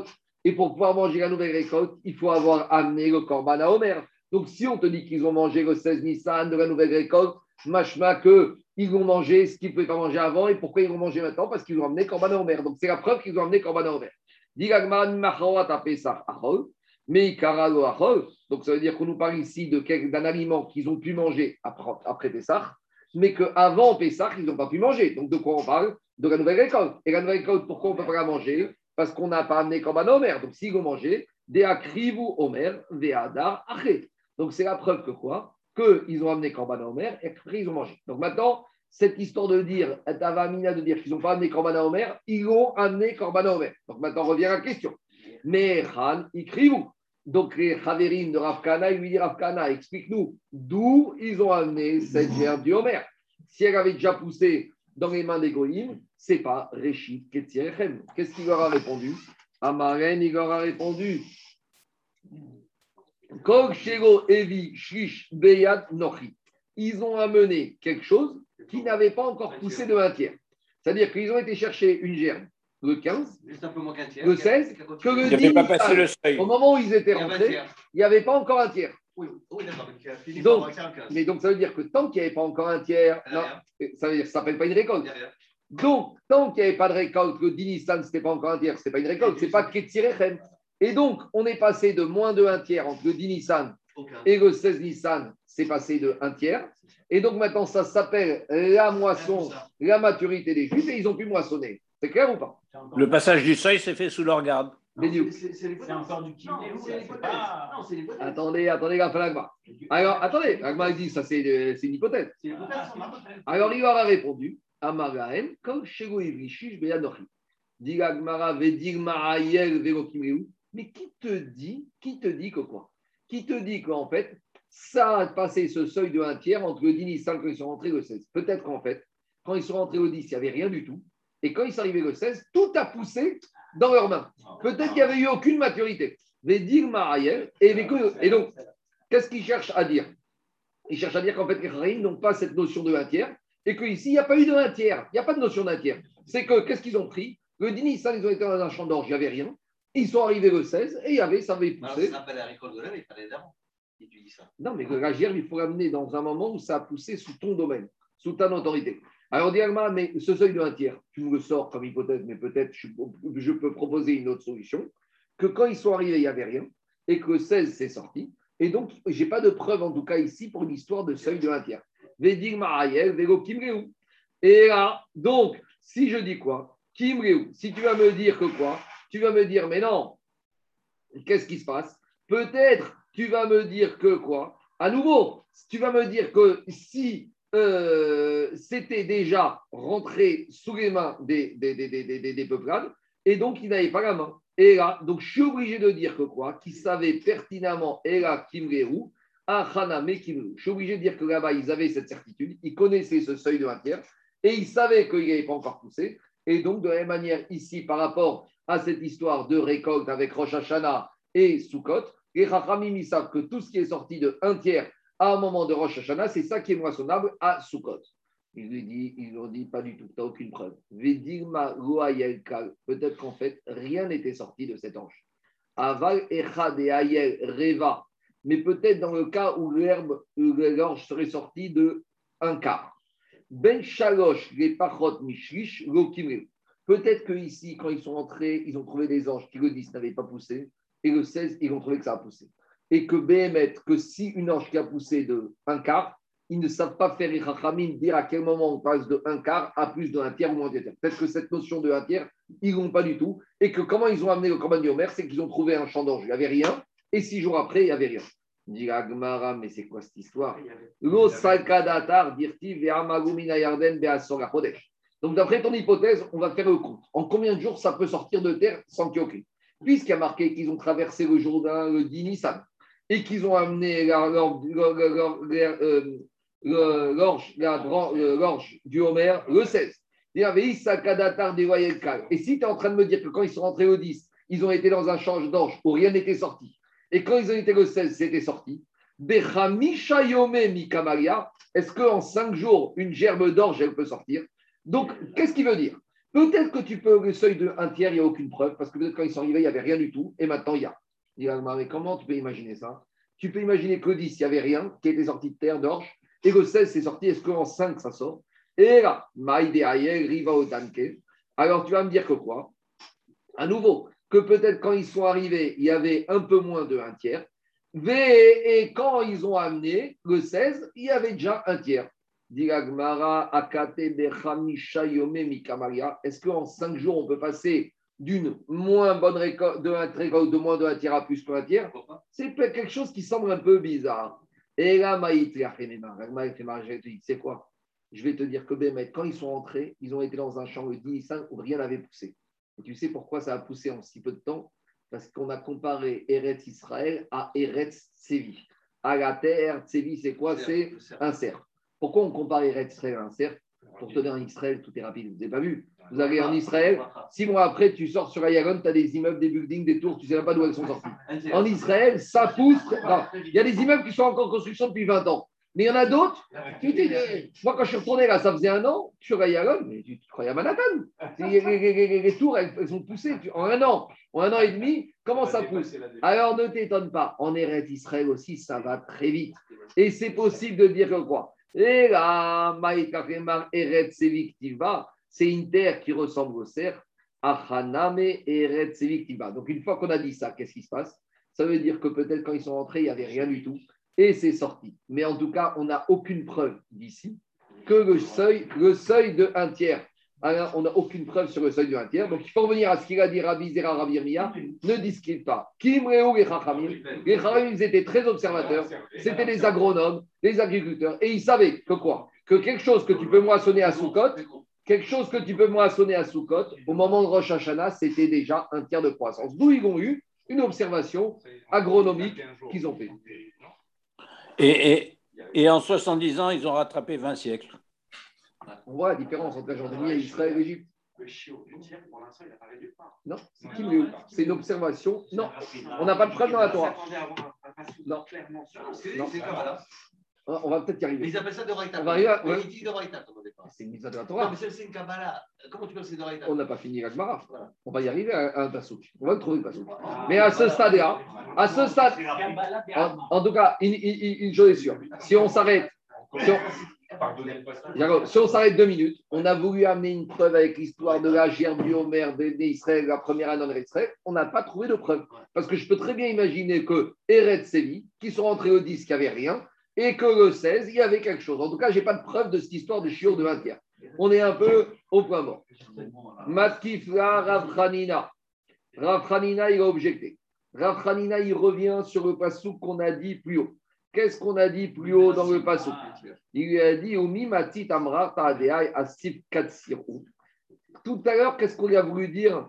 Et pour pouvoir manger la nouvelle récolte, il faut avoir amené le Korban à Omer. Donc, si on te dit qu'ils ont mangé le seize Nissan de la nouvelle récolte, machma qu'ils ont mangé ce qu'ils ne pouvaient pas manger avant. Et pourquoi ils vont manger maintenant? Parce qu'ils ont amené Korban à Omer. Donc, c'est la preuve qu'ils ont amené Korban à Omer. Mais donc ça veut dire qu'on nous parle ici de quel, d'un aliment qu'ils ont pu manger après, après Pessah, mais qu'avant Pessah, ils n'ont pas pu manger. Donc de quoi on parle? De la nouvelle récolte. Et la nouvelle récolte, pourquoi on ne peut pas la manger? Parce qu'on n'a pas amené Korban Omer. Donc s'ils ont mangé, des akrivu Omer, ve'adar aché. Donc c'est la preuve que quoi? Qu'ils ont amené Korban Omer et après ils ont mangé. Donc maintenant, cette histoire de dire, Tavamina de dire qu'ils n'ont pas amené Korban Omer, ils ont amené Korban Omer. Donc maintenant, on revient à la question. Mais Han, ikrivu. Donc les Chaverim de Rav Kana, il lui dit Rav Kana, explique-nous d'où ils ont amené cette gerbe du Homer. Si elle avait déjà poussé dans les mains des Goïm, ce n'est pas Réchit Ketzierechem. Qu'est-ce qu'il leur a répondu? Amaren, il leur a répondu Kog Shego Evi Shlish Beyad Nochi. Ils ont amené quelque chose qui n'avait pas encore poussé de un tiers. C'est-à-dire qu'ils ont été chercher une gerbe le quinze, le seize, que le dix, pas passé le seuil. Au moment où ils étaient rentrés, il n'y avait pas encore un tiers. Oui, oui, d'accord. Donc, mais donc, ça veut dire que tant qu'il n'y avait pas encore un tiers, non, ça veut dire que ça ne s'appelle pas une récolte. Donc, tant qu'il n'y avait pas de récolte, que le dix Nissan, ce n'était pas encore un tiers, ce n'est pas une récolte, ce n'est pas Ketzirechem. Et donc, on est passé de moins de un tiers entre le dix Nissan et le seize Nissan, c'est passé de un tiers. Et donc, maintenant, ça s'appelle la moisson, la maturité des juifs, et ils ont pu moissonner. C'est clair ou pas? Le passage du seuil s'est fait sous leur garde. C'est encore du kiné. Attendez, attendez, la fin l'agma. Alors, attendez, l'agma dit ça, c'est, c'est une hypothèse. Alors, il leur a répondu Amaraen, comme Shego Ivrichish Beyanochi. Dit l'agmara, Vedir Marayel Verokimreu. Mais qui te dit, qui te dit que quoi? Qui te dit qu'en fait, ça a passé ce seuil de un tiers entre le dix Nissan quand ils sont rentrés le seize? Peut-être qu'en fait, quand ils sont rentrés au dix, il n'y avait rien du tout. Et quand ils sont arrivés le seize, tout a poussé dans leurs mains. Peut-être qu'il n'y avait eu aucune maturité. Et donc, qu'est-ce qu'ils cherchent à dire? Ils cherchent à dire qu'en fait, les Khaïm n'ont pas cette notion de un tiers et qu'ici, il n'y a pas eu de un tiers. Il n'y a pas de notion d'un tiers. C'est que, qu'est-ce qu'ils ont pris? Le dix Nissan, ils ont été dans un champ d'orge, il n'y avait rien. Ils sont arrivés le seize et il y avait, ça avait poussé. Alors, ça s'appelle la récolte de l'âme, il fallait d'avant. Et tu dis ça. Non, mais la gerbe, il faut l'amener dans un moment où ça a poussé sous ton domaine, sous ta autorité. Alors, Diagma, mais ce seuil de un tiers, tu me le sors comme hypothèse, mais peut-être je, je peux proposer une autre solution, que quand ils sont arrivés, il n'y avait rien, et que le seize, c'est sorti. Et donc, je n'ai pas de preuve, en tout cas ici, pour l'histoire de seuil de un tiers. Vedir Marayel, Vego Kimreu. Et là, donc, si je dis quoi? Kimreu, si tu vas me dire que quoi? Tu vas me dire, mais non, qu'est-ce qui se passe? Peut-être, tu vas me dire que quoi? À nouveau, tu vas me dire que si Euh, c'était déjà rentré sous les mains des, des, des, des, des, des peuplades, et donc ils n'avaient pas la main. Et là, donc je suis obligé de dire que quoi? Qu'ils savaient pertinemment, et là, Kimreru, Achaname Kimreru. Je suis obligé de dire que là-bas, ils avaient cette certitude, ils connaissaient ce seuil de un tiers, et ils savaient qu'il n'avait pas encore poussé. Et donc, de la même manière, ici, par rapport à cette histoire de récolte avec Rosh Hashanah et Sukkot, les Chachamim, ils savent que tout ce qui est sorti de un tiers à un moment de Rosh Hashanah, c'est ça qui est moissonnable à Sukkot. Il lui dit, ils lui ont dit, pas du tout, tu n'as aucune preuve. Peut-être qu'en fait, rien n'était sorti de cet ange. Aval Echad et Ayel Reva, mais peut-être dans le cas où l'herbe, l'orge serait sortie de un quart. Ben Shalosh, les Pachot Mishlish, Lokimreu. Peut-être qu'ici, quand ils sont entrés, ils ont trouvé des anges qui le dix n'avaient pas poussé, et le seize, ils ont trouvé que ça a poussé. Et que Béhémet, que si une ange qui a poussé de un quart, ils ne savent pas faire les Chachamim dire à quel moment on passe de un quart à plus d'un tiers ou moins d'un tiers. Peut-être que cette notion de un tiers, ils n'ont pas du tout. Et que comment ils ont amené le Korban du Homer, c'est qu'ils ont trouvé un champ d'orge, il n'y avait rien. Et six jours après, il n'y avait rien. Dit Agmara, mais c'est quoi cette histoire? Lo salkadatar dirti ve'amagumina yarden be'asor achodesh. Donc d'après ton hypothèse, on va faire le compte. En combien de jours ça peut sortir de terre sans qu'il y ait aucune? Puisqu'il y a marqué qu'ils ont traversé le Jourdain le dix Nissan, et qu'ils ont amené l'orge du Homer le seize. Et si tu es en train de me dire que quand ils sont rentrés au dix, ils ont été dans un champ d'orge où rien n'était sorti, et quand ils ont été le seize, c'était sorti, est-ce qu'en cinq jours, une gerbe d'orge, elle peut sortir? Donc, qu'est-ce qu'il veut dire? Peut-être que tu peux, le seuil de un tiers, il n'y a aucune preuve, parce que peut-être quand ils sont arrivés, il n'y avait rien du tout, et maintenant il y a. Il dit, mais comment tu peux imaginer ça? Tu peux imaginer que le dix, il n'y avait rien, qui était sorti de terre, d'orge, et le seize, c'est sorti, est-ce qu'en cinq, ça sort? Et là, Maïde Ayel, Riva Otanke. Alors tu vas me dire que quoi? À nouveau, que peut-être quand ils sont arrivés, il y avait un peu moins de un tiers, et quand ils ont amené le seize, il y avait déjà un tiers. Est-ce qu'en cinq jours, on peut passer d'une moins bonne récolte, de un récolte de moins de un tiers à plus qu'un tiers? C'est quelque chose qui semble un peu bizarre. Et là, c'est quoi? Je vais te dire que Bémet, quand ils sont entrés, ils ont été dans un champ le dix où rien n'avait poussé. Et tu sais pourquoi ça a poussé en si peu de temps? Parce qu'on a comparé Eretz Israël à Eretz Tsevi. À la terre, Tsevi, c'est quoi? C'est un cerf. Pourquoi on compare Eretz Israël à un cerf? Pour te dire en Israël, tout est rapide. Vous n'avez pas vu? Vous allez en Israël, six mois après, tu sors sur Ayagon, tu as des immeubles, des buildings, des tours, tu ne sais même pas d'où elles sont sorties. En Israël, ça pousse. Il y a des immeubles qui sont encore en construction depuis vingt ans. Mais il y en a d'autres. Tu dis, moi, quand je suis retourné là, ça faisait un an, sur Ayagon, mais tu te croyais à Manhattan. Les, les, les, les tours, elles, elles ont poussé en un an. En un an et demi, comment ça pousse? Alors ne t'étonne pas. En Eretz Israël aussi, ça va très vite. Et c'est possible de dire que quoi? Et là, Maïkakemar Eretz Seviktiva, c'est une terre qui ressemble au cerf. Achaname Eretz Seviktiva. Donc une fois qu'on a dit ça, qu'est-ce qui se passe? Ça veut dire que peut-être quand ils sont rentrés, il n'y avait rien du tout. Et c'est sorti. Mais en tout cas, on n'a aucune preuve d'ici que le seuil, le seuil de un tiers. Alors, on n'a aucune preuve sur le seuil de un tiers. Donc, il faut revenir à ce qu'il a dit Rabbi Zera, Rabbi Yirmiyah. Ne discute pas. Kim Reu les Chachamim. Les Chachamim, ils étaient très observateurs. C'était les agronomes, les agriculteurs. Et ils savaient que quoi? Que quelque chose que tu peux moissonner à Soukot, quelque chose que tu peux moissonner à Soukot, au moment de Rosh Hashanah, c'était déjà un tiers de croissance. D'où ils ont eu une observation agronomique qu'ils ont fait. Et, et, et en soixante-dix ans, ils ont rattrapé vingt siècles. On voit la différence entre la Jordanie et Israël et l'Égypte. Le chiot du tiers, pour l'instant, il n'a pas réduit pas. Non, c'est qui le C'est une observation. Non, on n'a pas de preuve dans la Torah. Non. Non. On va peut-être y arriver. Mais ils appellent ça de Raïta. On va arriver. Ouais. Ils disent de Raïta au départ. C'est une mise de la Torah. Non, mais c'est une Kabbalah. Comment tu peux que c'est de Raïta? On n'a pas fini la Gemara. Voilà. On va y arriver à un passouk. On va le trouver le passouk. Mais à ce stade-là, à ce stade, en, en tout cas, une, une, une chose est sûre. Si on s'arrête, si on, si on s'arrête deux minutes, on a voulu amener une preuve avec l'histoire de la gerbe du Homer d'Israël, la première année en Israël. On n'a pas trouvé de preuve. Parce que je peux très bien imaginer que Eretz Sevi, qui sont rentrés au dix, qu'il n'y avait rien, et que le seize, il y avait quelque chose. En tout cas, je n'ai pas de preuve de cette histoire de chiot de vingt tiers. On est un peu au point mort. Matkifla Rav Hanina. Rav Hanina, il a objecté. Rav Hanina, il revient sur le passouk qu'on a dit plus haut. Qu'est-ce qu'on a dit plus haut dans le passouk? Il lui a dit Omi Matit Amra Ta'adeai Asif Katsirou. Tout à l'heure, qu'est-ce qu'on lui a voulu dire?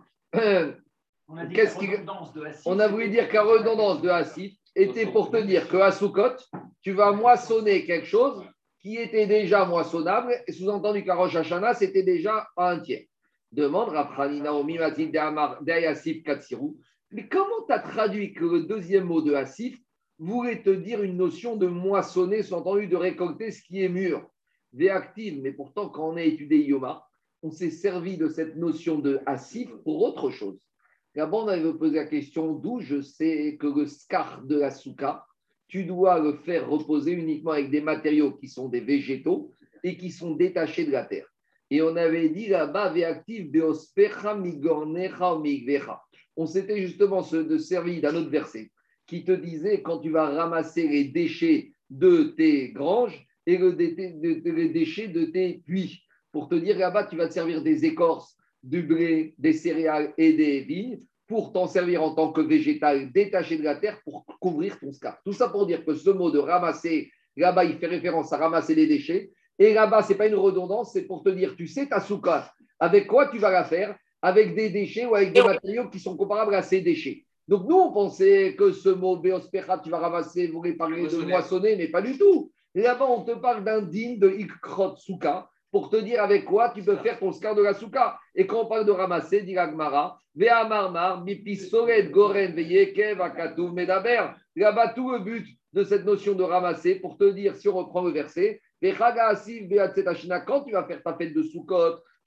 On a, dit qu'est-ce qu'il... On a voulu dire que la redondance de Asif était pour te dire qu'à Soukot, tu vas moissonner quelque chose qui était déjà moissonnable, et sous-entendu qu'à Rosh Hashanah, c'était déjà à un tiers. Demande Raphrani Naomi Matin Asif Katsirou. Mais comment tu as traduit que le deuxième mot de Asif voulait te dire une notion de moissonner, sous-entendu de récolter ce qui est mûr, véactive, mais pourtant, quand on a étudié Yoma, on s'est servi de cette notion de Asif pour autre chose. D'abord, on avait posé la question d'où je sais que le scar de la souka, tu dois le faire reposer uniquement avec des matériaux qui sont des végétaux et qui sont détachés de la terre. Et on avait dit là-bas, véactive, beospecha migornecha migvecha. On s'était justement de servi d'un autre verset qui te disait quand tu vas ramasser les déchets de tes granges et le dé- de- de- les déchets de tes puits. Pour te dire là-bas, tu vas te servir des écorces, du blé, des céréales et des vignes pour t'en servir en tant que végétal détaché de la terre pour couvrir ton scar. Tout ça pour dire que ce mot de ramasser, là-bas, il fait référence à ramasser les déchets. Et là-bas, ce n'est pas une redondance, c'est pour te dire, tu sais, ta souka, avec quoi tu vas la faire? Avec des déchets ou avec des matériaux qui sont comparables à ces déchets. Donc, nous, on pensait que ce mot béospéra, tu vas ramasser, vous voulez parler de moissonner, mais pas du tout. Et là-bas, on te parle d'un digne de ikrot souka pour te dire avec quoi tu peux faire ton scar de la souka. Et quand on parle de ramasser, dit l'Agmara, Vea marmar, bipisoret, goren, veyekev, akatou, medaber. Là-bas, tout le but de cette notion de ramasser, pour te dire, si on reprend le verset, quand tu vas faire ta fête de Soukot,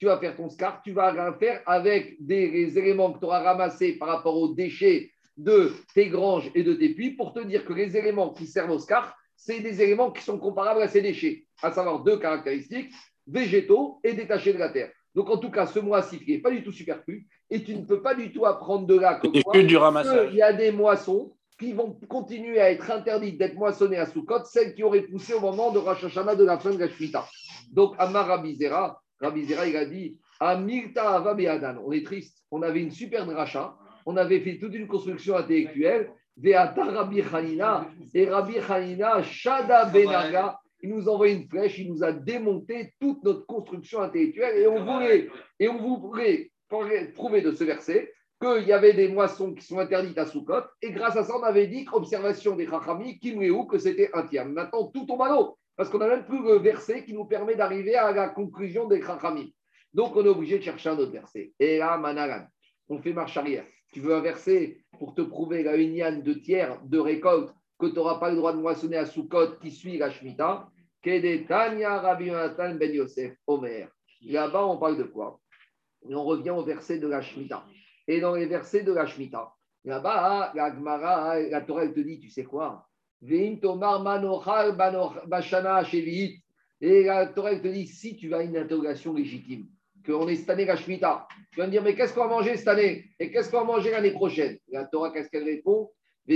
tu vas faire ton scar, tu vas le faire avec des les éléments que tu auras ramassés par rapport aux déchets de tes granges et de tes puits pour te dire que les éléments qui servent au scar, c'est des éléments qui sont comparables à ces déchets, à savoir deux caractéristiques, végétaux et détachés de la terre. Donc en tout cas, ce mois-ci qui n'est pas du tout superflu et tu ne peux pas du tout apprendre de là que quoi, que du ramassage. il y a des moissons qui vont continuer à être interdites d'être moissonnées à Soukot, celles qui auraient poussé au moment de Rosh Hashanah de la fin de la Shemitah. Donc Amar Rabbi Zera, Rabbi Zera, il a dit Amirta Ava Be'adan. On est triste. On avait une super dracha. On avait fait toute une construction intellectuelle. Ve'ata Rabbi Hanina. Et Rabbi Hanina, Shada Benaga, il nous envoie une flèche. Il nous a démonté toute notre construction intellectuelle. Et on voulait, et on voulait prouver de ce verset qu'il y avait des moissons qui sont interdites à Soukot. Et grâce à ça, on avait dit qu'observation des Chachami, Kimreou, que c'était un tiers. Maintenant, tout tombe à l'eau. Parce qu'on n'a même plus le verset qui nous permet d'arriver à la conclusion des Chachamim. Donc, on est obligé de chercher un autre verset. Et là, Manalan, on fait marche arrière. Tu veux un verset pour te prouver la union de tiers de récolte que tu n'auras pas le droit de moissonner à Soukot qui suit la Shemitah. Kedetania Rabbi Yonatan Ben Yosef Omer. Là-bas, on parle de quoi? Et on revient au verset de la Shemitah. Et dans les versets de la Shemitah, là-bas, la Gemara, la Torah, elle te dit, tu sais quoi? Et la Torah te dit, si tu as une interrogation légitime, qu'on est cette année la Shemitah, tu vas me dire, mais qu'est-ce qu'on va manger cette année? Et qu'est-ce qu'on va manger l'année prochaine? La Torah, qu'est-ce qu'elle répond? C'est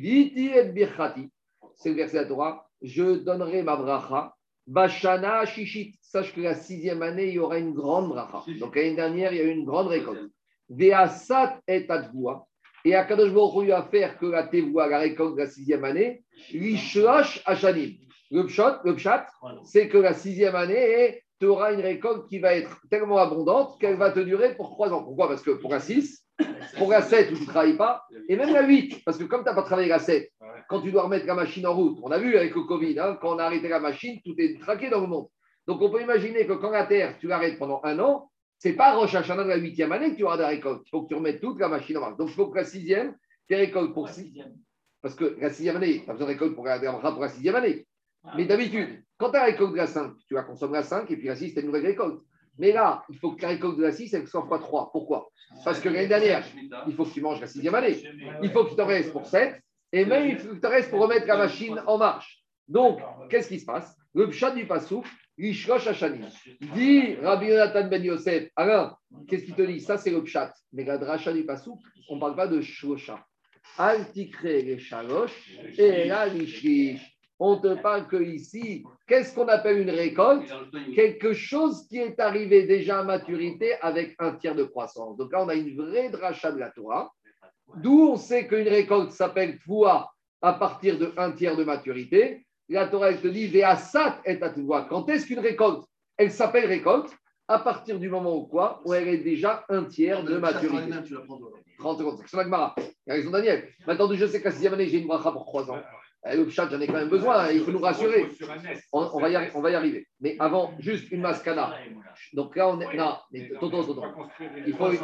le verset de la Torah, je donnerai ma bracha, Bashana Shishit. Sache que la sixième année, il y aura une grande bracha. Donc l'année dernière, il y a eu une grande récolte. Veasat et Advoua. Et Akadosh Baruch Hu a faire que la tevoua, la récolte de la sixième année, l'ishlosh hashanim. Le pshat, le pshat, c'est que la sixième année, tu auras une récolte qui va être tellement abondante qu'elle va te durer pour trois ans. Pourquoi? Parce que pour la six, pour la sept où tu ne travailles pas, et même la huit, parce que comme tu n'as pas travaillé la sept, quand tu dois remettre la machine en route, on a vu avec le Covid, hein, quand on a arrêté la machine, tout est traqué dans le monde. Donc on peut imaginer que quand la terre, tu l'arrêtes pendant un an, ce n'est pas Rosh Hashanah de la huitième année que tu auras de la récolte. Il faut que tu remettes toute la machine en marche. Donc il faut que la sixième, tu récoltes pour six. Parce que la sixième année, tu as besoin de récolte pour la, pour la sixième année. Mais d'habitude, quand tu as la récolte de la cinq, tu vas consommer la cinq et puis la six, tu as une nouvelle récolte. Mais là, il faut que la récolte de la six, elle soit fois trois. Pourquoi? Parce que l'année dernière, il faut que tu manges la sixième année. Il faut qu'il te reste pour sept. Et même, il faut qu'il te reste pour remettre la machine en marche. Donc, qu'est-ce qui se passe? Le pshat du pasouk, l'ishlosh hashanim. Dit Rabbi Yonatan Ben Yosef, Alain, qu'est-ce qu'il te dit? Ça, c'est le pshat. Mais la dracha du pasouk, on ne parle pas de shlosha. Al tikre les shalosh et là, l'ishlish. On te parle que ici, qu'est-ce qu'on appelle une récolte? Quelque chose qui est arrivé déjà à maturité avec un tiers de croissance. Donc là, on a une vraie dracha de la Torah. D'où on sait qu'une récolte s'appelle Tvoua à partir de un tiers de maturité. La Torah, elle te dit, Ve'asat et Tvoua. Quand est-ce qu'une récolte, elle s'appelle récolte? À partir du moment où quoi? Où elle est déjà un tiers de maturité. trente secondes. C'est la Gemara. Il y a raison, Daniel. Maintenant, je sais qu'à la sixième année, j'ai une bracha pour trois ans. Le pshat, j'en ai quand même besoin. Il faut nous rassurer. On, on, va, y arriver, on va y arriver. Mais avant, juste une mascana. Donc là, on est. Non, mais tonton, tonton. Il faut.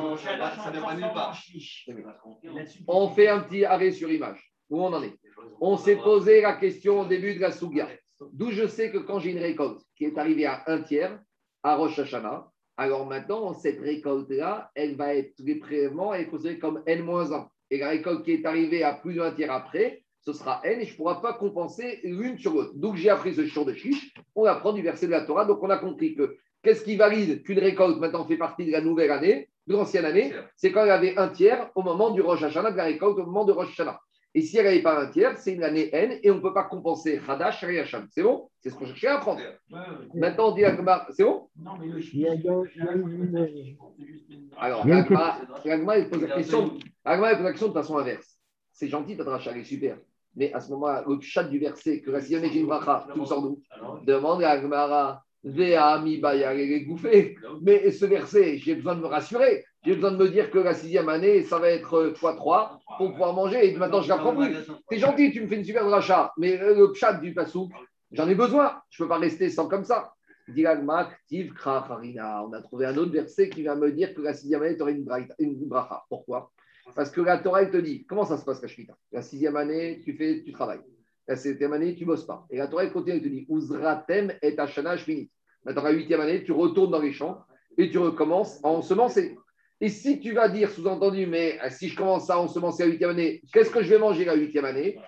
On fait un petit arrêt sur image. Où on en est? On s'est posé la question au début de la Sougia. D'où je sais que quand j'ai une récolte qui est arrivée à un tiers, à Rosh Hashanah, alors maintenant, cette récolte-là, elle va être, les prélèvements, elle est considérée comme N moins un. Et la récolte qui est arrivée à plus d'un tiers après, ce sera N et je ne pourrai pas compenser l'une sur l'autre. Donc j'ai appris ce shiur de chiche, on apprend du verset de la Torah, donc on a compris que qu'est-ce qui valide qu'une récolte maintenant fait partie de la nouvelle année, de l'ancienne année, c'est quand elle avait un tiers au moment du Rosh Hashanah, de la récolte au moment de Rosh Hashanah. Et si elle n'avait pas un tiers, c'est une année N et on ne peut pas compenser Hadash et Hacham. C'est bon? C'est ce qu'on cherchait à apprendre. Maintenant on dit à Gmar, c'est bon? Non, mais le chiche. Alors, Gmar, il pose la question, Gmar, il pose la question de façon inverse. C'est gentil, ta dracha, elle est super. Mais à ce moment-là, le chat du verset, que la sixième année, j'ai une bracha, tu me sors d'où? Demande à Gmara, Vea mi baya les gouffés. Mais ce verset, j'ai besoin de me rassurer. J'ai besoin de me dire que la sixième année, ça va être fois trois pour pouvoir manger. Et maintenant, je ne l'apprends plus. T'es gentil, tu me fais une super dracha. Mais le chat du pasouk, j'en ai besoin. Je ne peux pas rester sans comme ça. On a trouvé un autre verset qui vient me dire que la sixième année, tu aurais une bracha. Pourquoi? Parce que la Torah, elle te dit, comment ça se passe la Shemitah? La sixième année, tu, fais, tu travailles. La septième année, tu ne bosses pas. Et la Torah, elle continue, elle te dit, Uzratem et Hashana Shminit. Maintenant, la huitième année, tu retournes dans les champs et tu recommences à ensemencer. Et si tu vas dire, sous-entendu, mais si je commence à ensemencer la huitième année, qu'est-ce que je vais manger la huitième année?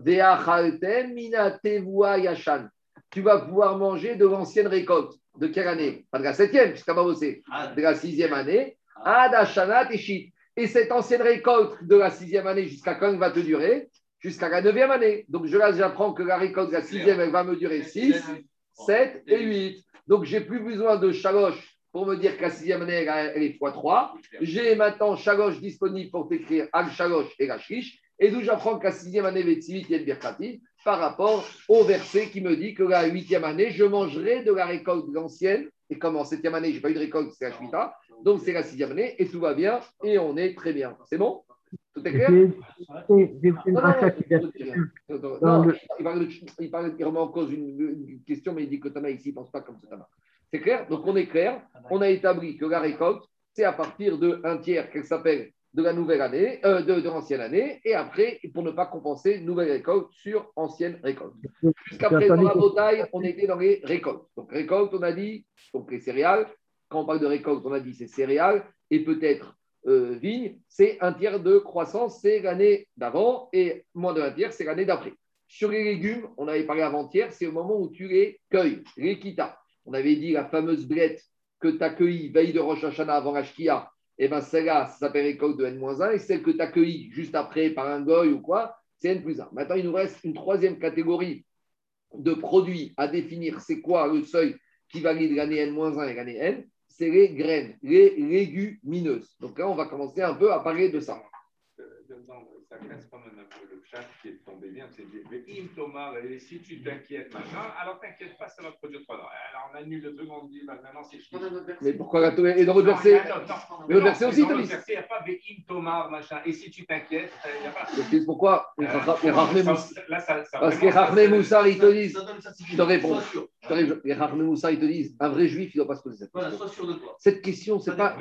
Tu vas pouvoir manger de l'ancienne récolte. De quelle année? Pas de la septième, puisqu'à va bosser. De la sixième année. Adashanat et Shit. Et cette ancienne récolte de la sixième année, jusqu'à quand elle va te durer? Jusqu'à la neuvième année. Donc je, là, j'apprends que la récolte de la sixième, elle va me durer six, sept et huit. Donc j'ai plus besoin de chaloche pour me dire que la sixième année, elle est fois trois. J'ai maintenant chaloche disponible pour t'écrire Al chaloche et Rachish. Et d'où j'apprends que la sixième année va être huitième birkati par rapport au verset qui me dit que la huitième année, je mangerai de la récolte de l'ancienne. Et comme en septième année, je n'ai pas eu de récolte, c'est la Shemitah. Donc c'est la sixième année et tout va bien et on est très bien. C'est bon? Tout est clair? Non, non, non, il, parle de, il, parle, il remet en cause une, une question, mais il dit que Tana ici ne pense pas comme ça. C'est clair? Donc on est clair. On a établi que la récolte, c'est à partir de un tiers qu'elle s'appelle de la nouvelle année, euh, de, de l'ancienne année, et après, pour ne pas compenser nouvelle récolte sur ancienne récolte. Jusqu'à présent, la bataille, on était dans les récoltes. Donc récolte, on a dit, donc les céréales. Quand on parle de récolte, on a dit c'est céréales et peut-être euh, vigne, c'est un tiers de croissance, c'est l'année d'avant, et moins d'un tiers, c'est l'année d'après. Sur les légumes, on avait parlé avant-hier, c'est au moment où tu les cueilles, les quitas. On avait dit la fameuse blette que tu as cueillie veille de Rosh Hashanah avant la Shkia, et bien celle-là, ça s'appelle récolte de N moins un, et celle que tu as cueillie juste après par un goy ou quoi, c'est N plus un. Maintenant, il nous reste une troisième catégorie de produits à définir. C'est quoi le seuil qui valide l'année N moins un et l'année N? C'est les graines, les légumineuses. Donc là, on va commencer un peu à parler de ça. Ça casse quand même un peu le chat qui est tombé bien. C'est dit, Thomas, si tu t'inquiètes maintenant, alors t'inquiète pas, ça va produire trois ans. Alors on annule le truc, on dit, bah, maintenant c'est fini. Mais pourquoi la Torah est dans votre verset? Mais le verset aussi, dans le verset, il n'y a pas Ve'im Thomas, machin. Et si tu t'inquiètes, il n'y a pas. C'est pourquoi les Rachmé Moussar. Parce que les que Rachmé Moussar, ils te disent, je te réponds. Les Rachmé Moussar, ils te disent, un vrai juif, il ne doit pas se poser cette question. Sois sûr de toi. Cette question, c'est pas.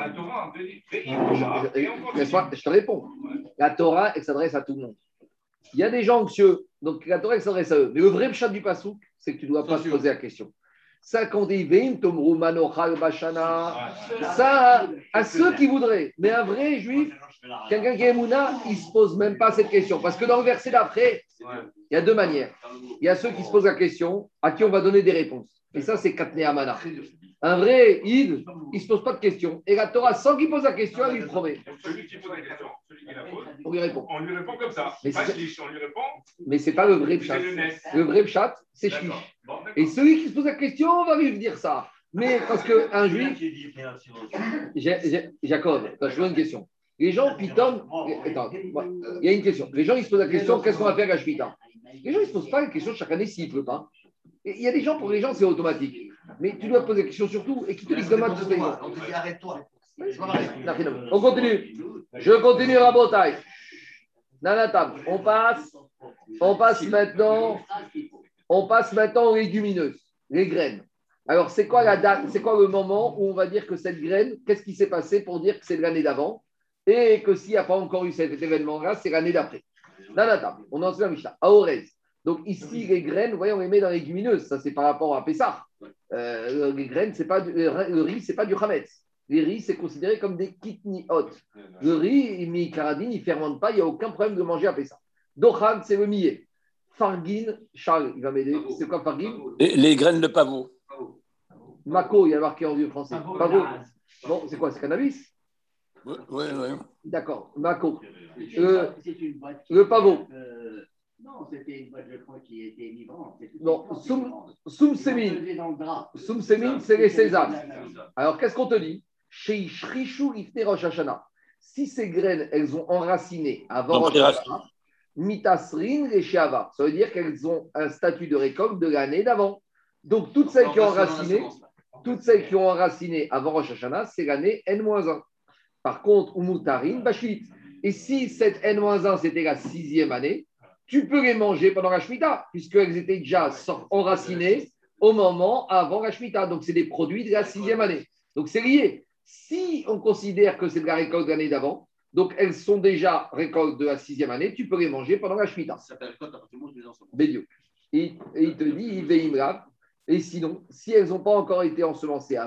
Je te réponds. La Torah, elle s'adresse à tout le monde. Il y a des gens anxieux, donc la Torah, elle s'adresse à eux. Mais le vrai chat du Passouk, c'est que tu ne dois pas te poser la question. Ça, quand il dit Tomru Manochal Bashana, ça, à ceux qui voudraient. Mais un vrai juif, quelqu'un qui est Mouna, il ne se pose même pas cette question. Parce que dans le verset d'après, il y a deux manières. Il y a ceux qui se posent la question, à qui on va donner des réponses. Et ça, c'est Katne Amana. Un vrai Id, il ne se pose pas de questions. Et la Torah, sans qu'il pose la question, elle lui promet. Celui qui pose la question, celui qui la pose, on lui répond. On lui répond comme ça. Mais pas chiche, on lui répond. Mais ce n'est pas le vrai pshat. Le vrai pshat, c'est chiche. Bon, et celui qui se pose la question, on va lui dire ça. Mais parce qu'un juif. Jacob, je te pose une question. Les gens, Pitom. Attends, il y a une question. Les gens, ils se posent la question, qu'est-ce qu'on va faire à la Shemitah? Les gens, ils ne se posent pas la question chaque année s'il ne pleut pas. Il y a des gens, pour les gens, c'est automatique. Mais tu dois te poser la question surtout et qui te disent demain, tu fais. On te dit arrête-toi. On continue. Je continue à Botaï. Nanatam. On passe. On passe maintenant. On passe maintenant aux légumineuses, les graines. Alors, c'est quoi la date? C'est quoi le moment où on va dire que cette graine, qu'est-ce qui s'est passé pour dire que c'est de l'année d'avant et que s'il n'y a pas encore eu cet événement-là, c'est l'année d'après. Nanatam. On en suit la Mishnah. Aorez. Donc ici, les graines, vous voyez, on les met dans les légumineuses. Ça, c'est par rapport à Pessah. Euh, les graines, c'est pas du, le riz, c'est pas du Hametz. Les riz, c'est considéré comme des kitniot. Le riz, mi karadine, il ne fermente pas, il n'y a aucun problème de manger à Pessah. Dochan, c'est le millet. Fargine, Charles, il va m'aider. C'est quoi Fargine? les, les graines de pavot. Mako, il y a marqué en vieux français. Pavot. Bon, c'est quoi? C'est cannabis? Oui, oui. oui. D'accord. Mako. Euh, le pavot. Non, c'était une boîte de croix qui était vivante. Non, soum sémine. Soum sémine, c'est les sésames. Alors, qu'est-ce qu'on te dit? Chez Shrishu Ifne Rosh Hashanah. Si ces graines, elles ont enraciné avant Rosh Hashanah, Mitasrin et Sheava. Ça veut dire qu'elles ont un statut de récolte de l'année d'avant. Donc, toutes celles qui ont enraciné, toutes celles qui ont enraciné avant Rosh Hashanah, c'est l'année N moins un. Par contre, Umutarin, Bashit. Et si cette N moins un, c'était la sixième année, tu peux les manger pendant la Shemitah, puisqu'elles étaient déjà enracinées au moment avant la Shemitah. Donc, c'est des produits de la sixième année. Donc, c'est lié. Si on considère que c'est de la récolte de l'année d'avant, donc elles sont déjà récoltes de la sixième année, tu peux les manger pendant la Shemitah. Ça s'appelle récolte à partir du moment où les gens sont. Bédio. Et il te dit, il veille. Et sinon, si elles n'ont pas encore été ensemencées avant,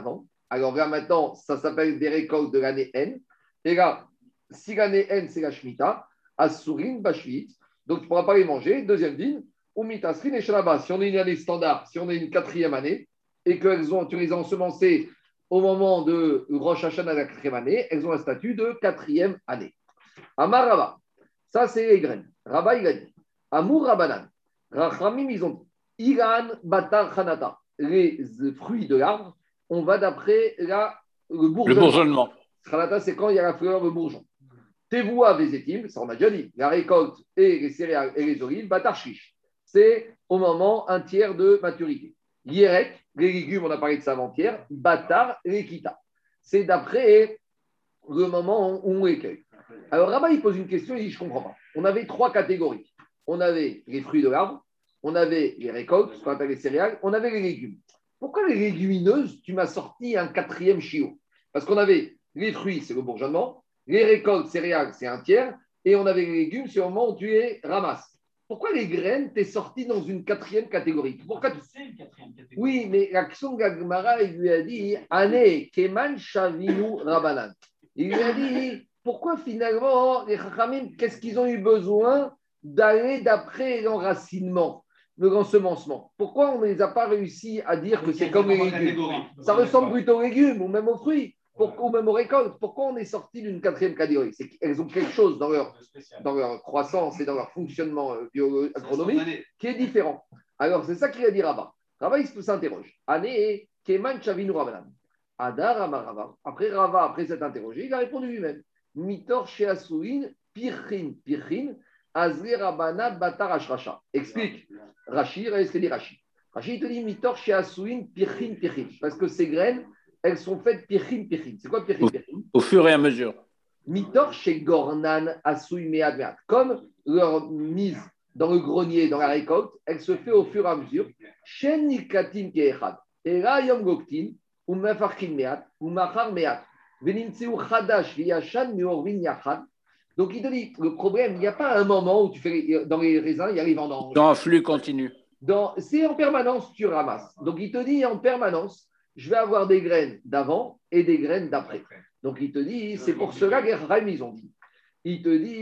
Alors là, maintenant, ça s'appelle des récoltes de l'année N. Et là, si l'année N, c'est la Shemitah, Asurin, Bashvit, donc tu ne pourras pas les manger. Deuxième din, ou Mitasrin et Shalaba. Si on est une année standard, si on est une quatrième année, et que ont, tu les as ensemencées au moment de Rosh Hashanah, la quatrième année, elles ont un statut de quatrième année. Amar Rabba, ça c'est les graines. Rabba, il a dit, Amour Rabbanan, Rachamim, ils ont dit, Iran Batar Khanata, les fruits de l'arbre, on va d'après la, le bourgeonnement. Le bourgeonnement. Khanata, c'est quand il y a la fleur de bourgeon. Tevoua Vézétim, ça on a déjà dit, la récolte et les céréales et les olives, Batar Shish, c'est au moment un tiers de maturité. Yerek, les légumes, on a parlé de ça avant-hier, Batar, Rekita. C'est d'après le moment où on les cueille. Alors Rabat, il pose une question, il dit, je ne comprends pas. On avait trois catégories. On avait les fruits de l'arbre, on avait les récoltes, ce qu'on appelle les céréales, on avait les légumes. Pourquoi les légumineuses, tu m'as sorti un quatrième chiot? Parce qu'on avait les fruits, c'est le bourgeonnement, les récoltes, céréales, c'est un tiers, et on avait les légumes, c'est au moment où tu les ramasses. Pourquoi les graines, t'es sorti dans une quatrième catégorie? Pourquoi tu... C'est une quatrième catégorie. Oui, mais l'action de Gagmara, il lui a dit Ane, Keman Shavinu Rabanan. Il lui a dit pourquoi finalement les Chachamim, qu'est-ce qu'ils ont eu besoin d'aller d'après l'enracinement, le ensemencement? Pourquoi on ne les a pas réussi à dire que c'est comme les légumes? Ça ressemble plutôt aux légumes ou même aux fruits. Pourquoi, ou même aux récoltes. Pourquoi on est sorti d'une quatrième catégorie? C'est qu'elles ont quelque chose dans leur, dans leur croissance et dans leur fonctionnement bio-agronomique qui est différent. Alors, c'est ça qu'il a dit Rabat. Rabat, il s'interroge. Ané, Keman Chavinu Rabanan. Adar Amarava. Après Rabat, après s'être interrogé, il a répondu lui-même. Mitor Sheasuin, Pirchin, Pirchin, Azri Rabana Batar Ashracha. Explique. Rashi, qu'est-ce que dit Rashi? Rashi, il te dit Mitor Sheasuin, Pirchin, Pirchin. Parce que ces graines, elles sont faites pirchin, pirchin. C'est quoi pirchin, pirchin? Au fur et à mesure. Mitor chez Gornan, Asui, Mead, Mead. Comme leur mise dans le grenier, dans la récolte, elle se fait au fur et à mesure. Shen Nikatin Keechad. Et là, Yom Goktin, ou Mafarkin Mead, ou Machar Mead. Venintseu Chadash, Viachan, Meorvin Yachad. Donc il te dit, le problème, il n'y a pas un moment où tu fais dans les raisins, il y a les vendanges. Dans un flux continu. Dans, c'est en permanence, tu ramasses. Donc il te dit en permanence, je vais avoir des graines d'avant et des graines d'après. Donc, il te dit, c'est pour cela que les Chachamim, ils ont dit. Il te dit,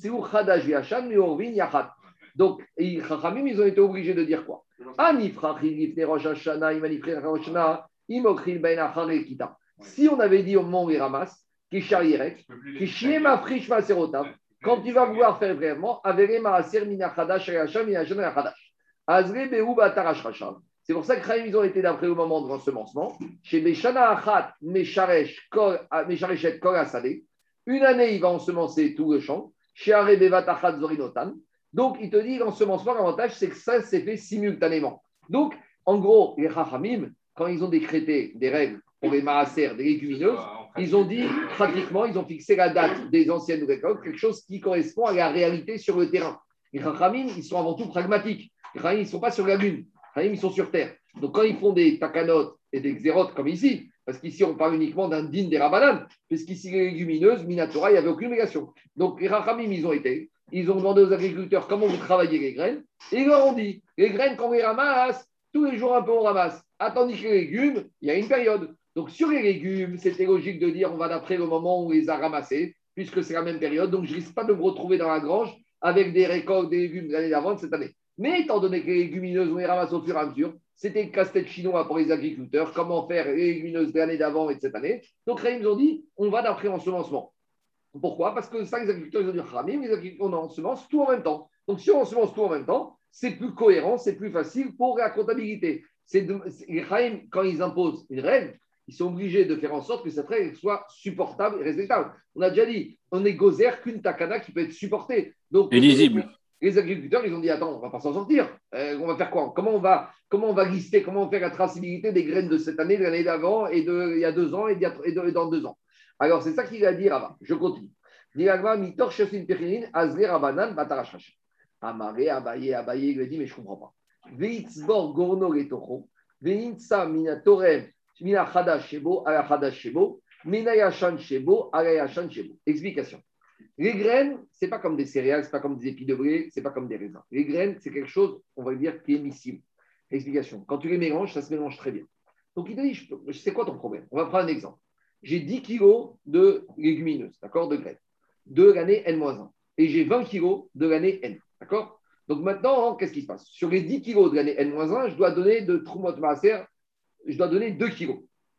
donc, les Chachamim, ils ont été obligés de dire quoi? Si on avait dit au moment où il ramasse, quand tu vas vouloir faire vraiment, c'est pour ça que Chaim, ils ont été d'après au moment de l'ensemencement. Chez Beshana Achat, Mesharesh, Meshareshet, Kol Asadeh. Une année, il va ensemencer tout le champ. Chez Arebevat Achat Zorinotan. Donc, il te dit l'ensemencement, l'avantage, c'est que ça s'est fait simultanément. Donc, en gros, les Chachamim, quand ils ont décrété des règles pour les maaser, des légumineuses, ils ont dit, pratiquement, ils ont fixé la date des anciennes récoltes, quelque chose qui correspond à la réalité sur le terrain. Les Chachamim, ils sont avant tout pragmatiques. Les Chachamim, ils ne sont pas sur la lune. Ils sont sur terre. Donc, quand ils font des takanotes et des xérotes comme ici, parce qu'ici, on parle uniquement d'un din des rabanan, puisqu'ici, les légumineuses, Minatora, il n'y avait aucune obligation. Donc, les Rachamim, ils ont été, ils ont demandé aux agriculteurs comment vous travaillez les graines, et ils leur ont dit, les graines, quand on les ramasse, tous les jours un peu, on ramasse. Tandis que les légumes, il y a une période. Donc, sur les légumes, c'était logique de dire, on va d'après le moment où on les a ramassés, puisque c'est la même période. Donc, je ne risque pas de me retrouver dans la grange avec des récoltes, des légumes de l'année d'avant, de cette année. Mais étant donné que les légumineuses, on les ramasse au fur et à mesure, c'était le casse-tête chinois pour les agriculteurs, comment faire les légumineuses de l'année d'avant et de cette année. Donc, ils nous ont dit, on va d'après ensemencement. Pourquoi? Parce que ça, les agriculteurs, ils ont dit, Khamim, les agriculteurs, on ensemence tout en même temps. Donc, si on ensemence tout en même temps, c'est plus cohérent, c'est plus facile pour la comptabilité. C'est de, les Khamim, quand ils imposent une règle, ils sont obligés de faire en sorte que cette règle soit supportable et respectable. On a déjà dit, on est gozer qu'une takana qui peut être supportée. Donc, et lisible. Les agriculteurs, ils ont dit, attends, on ne va pas s'en sortir. Euh, on va faire quoi? Comment on va, comment on va lister, comment on va faire la traçabilité des graines de cette année, de l'année d'avant, et de, il y a deux ans, et, de, et, de, et dans deux ans. Alors, c'est ça qu'il a dit Rava. Je continue. Amaré, Abaye, Abaye, il lui a dit, mais je ne comprends pas. Veitzbor gorno letocho, veintsa minatorem, mina chadash shebo, ala chadash shebo, mina yashan shebo, ala yashan shebo. Explication. Les graines, ce n'est pas comme des céréales, ce n'est pas comme des épis de blé, ce n'est pas comme des raisins. Les graines, c'est quelque chose, on va dire, qui est miscible. Explication. Quand tu les mélanges, ça se mélange très bien. Donc il te dit, je peux- c'est quoi ton problème? On va prendre un exemple. J'ai dix kilos de légumineuses, d'accord, de graines, de l'année N moins un. Et j'ai vingt kilos de l'année N, d'accord? Donc maintenant, hein, qu'est-ce qui se passe? Sur les dix kilos de l'année N moins un, je dois donner de Trumot Maaser, je dois donner deux kilos.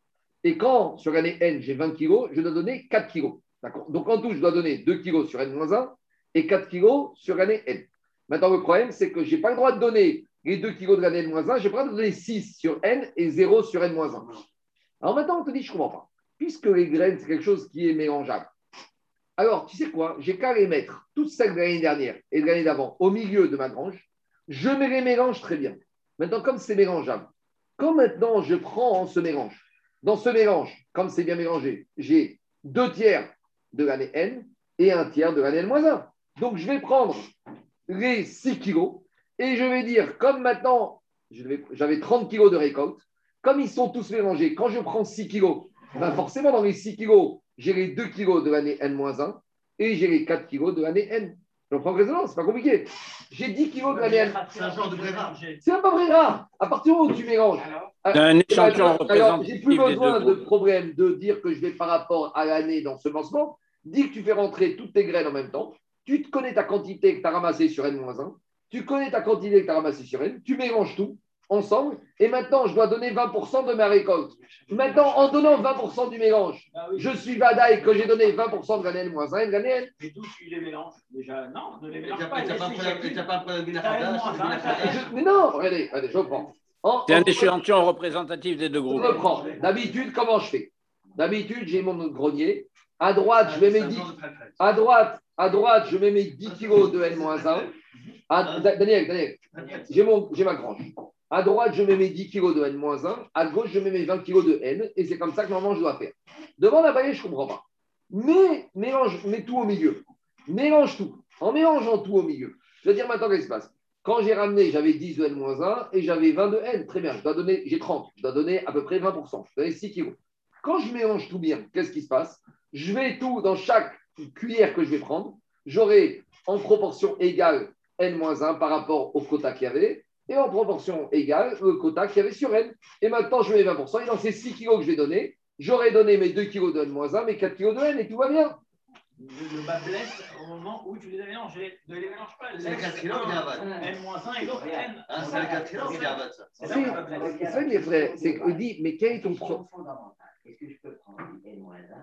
Et quand sur l'année N, j'ai vingt kilos, je dois donner quatre kilos. D'accord. Donc en tout, je dois donner deux kilos sur N moins un et quatre kilos sur l'année N. Maintenant, le problème, c'est que je n'ai pas le droit de donner les deux kilos de l'année N moins un, j'ai pas le droit de donner six sur N et zéro sur N moins un. Alors maintenant, on te dit, je ne comprends pas. Puisque les graines, c'est quelque chose qui est mélangeable. Alors, tu sais quoi? J'ai qu'à les mettre, toutes celles de l'année dernière et de l'année d'avant, au milieu de ma grange. Je me les mélange très bien. Maintenant, comme c'est mélangeable, quand maintenant je prends ce mélange, dans ce mélange, comme c'est bien mélangé, j'ai deux tiers de l'année N et un tiers de l'année N moins un. Donc, je vais prendre les six kilos et je vais dire, comme maintenant, je vais- j'avais trente kilos de récolte, comme ils sont tous mélangés, quand je prends six kilos, ben forcément, dans les six kilos, j'ai les deux kilos de l'année N moins un et j'ai les quatre kilos de l'année N. Je prends raisonnement, c'est pas compliqué. J'ai dix kilos de l'année N. C'est un genre de vrai rare. C'est un pas vrai rare. À partir du moment où tu mélanges. C'est un échantillon Alors, représentatif j'ai plus des deux besoin de groupes. problème de dire que je vais par rapport à l'année dans ce lancement. Dis que tu fais rentrer toutes tes graines en même temps. Tu te connais ta quantité que tu as ramassée sur N moins un. Tu connais ta quantité que tu as ramassée sur N. Tu mélanges tout ensemble. Et maintenant, je dois donner vingt pour cent de ma récolte. Maintenant, en donnant vingt pour cent du mélange, je suis Vadaï que j'ai donné vingt pour cent de l'année N moins un et de l'année N. Mais d'où tu les mélanges? Déjà, non, ne les Tu mélange n'as pas. pas un problème de Binachadash. Je- Mais non, regardez, regardez, je reprends. En- C'est un en- échantillon représentatif des deux Je groupes. reprends. D'habitude, comment je fais? D'habitude, j'ai mon grenier. À droite, je mets mes dix. À droite, à droite, je mets mes dix kilos de N moins un. À- Da- Daniel, Daniel, j'ai, mon, j'ai ma grange. À droite, je mets mes dix kilos de N moins un. À gauche, je mets mes vingt kilos de N. Et c'est comme ça que normalement, je dois faire. Devant la balayette, je ne comprends pas. Mais mélange, mets tout au milieu. Mélange tout. En mélangeant tout au milieu. Je veux dire maintenant, qu'est-ce qui se passe? Quand j'ai ramené, j'avais dix de N moins un et j'avais vingt de N. Très bien, je dois donner, j'ai trente. Je dois donner à peu près vingt pour cent. Je dois donner six kilos. Quand je mélange tout bien, qu'est-ce qui se passe? Je vais tout dans chaque cuillère que je vais prendre. J'aurai en proportion égale N moins un par rapport au quota qu'il y avait et en proportion égale le quota qu'il y avait sur N. Et maintenant, je mets vingt pour cent. Et dans ces six kilos que je vais donner, j'aurai donné mes deux kilos de N moins un, mes quatre kilos de N et tout va bien. Le, le bas blesse au moment où tu les as mélangés. Ne les mélange pas. C'est les quatre kilos qui abattent. N moins un et l'autre N. Ah, c'est les quatre kilos qui abattent ça. C'est C'est là où le bas blesse. c'est ça, mes frères. C'est qu'on dit, mais quel est ton Question pro- fondamentale. Est-ce que je peux prendre N moins un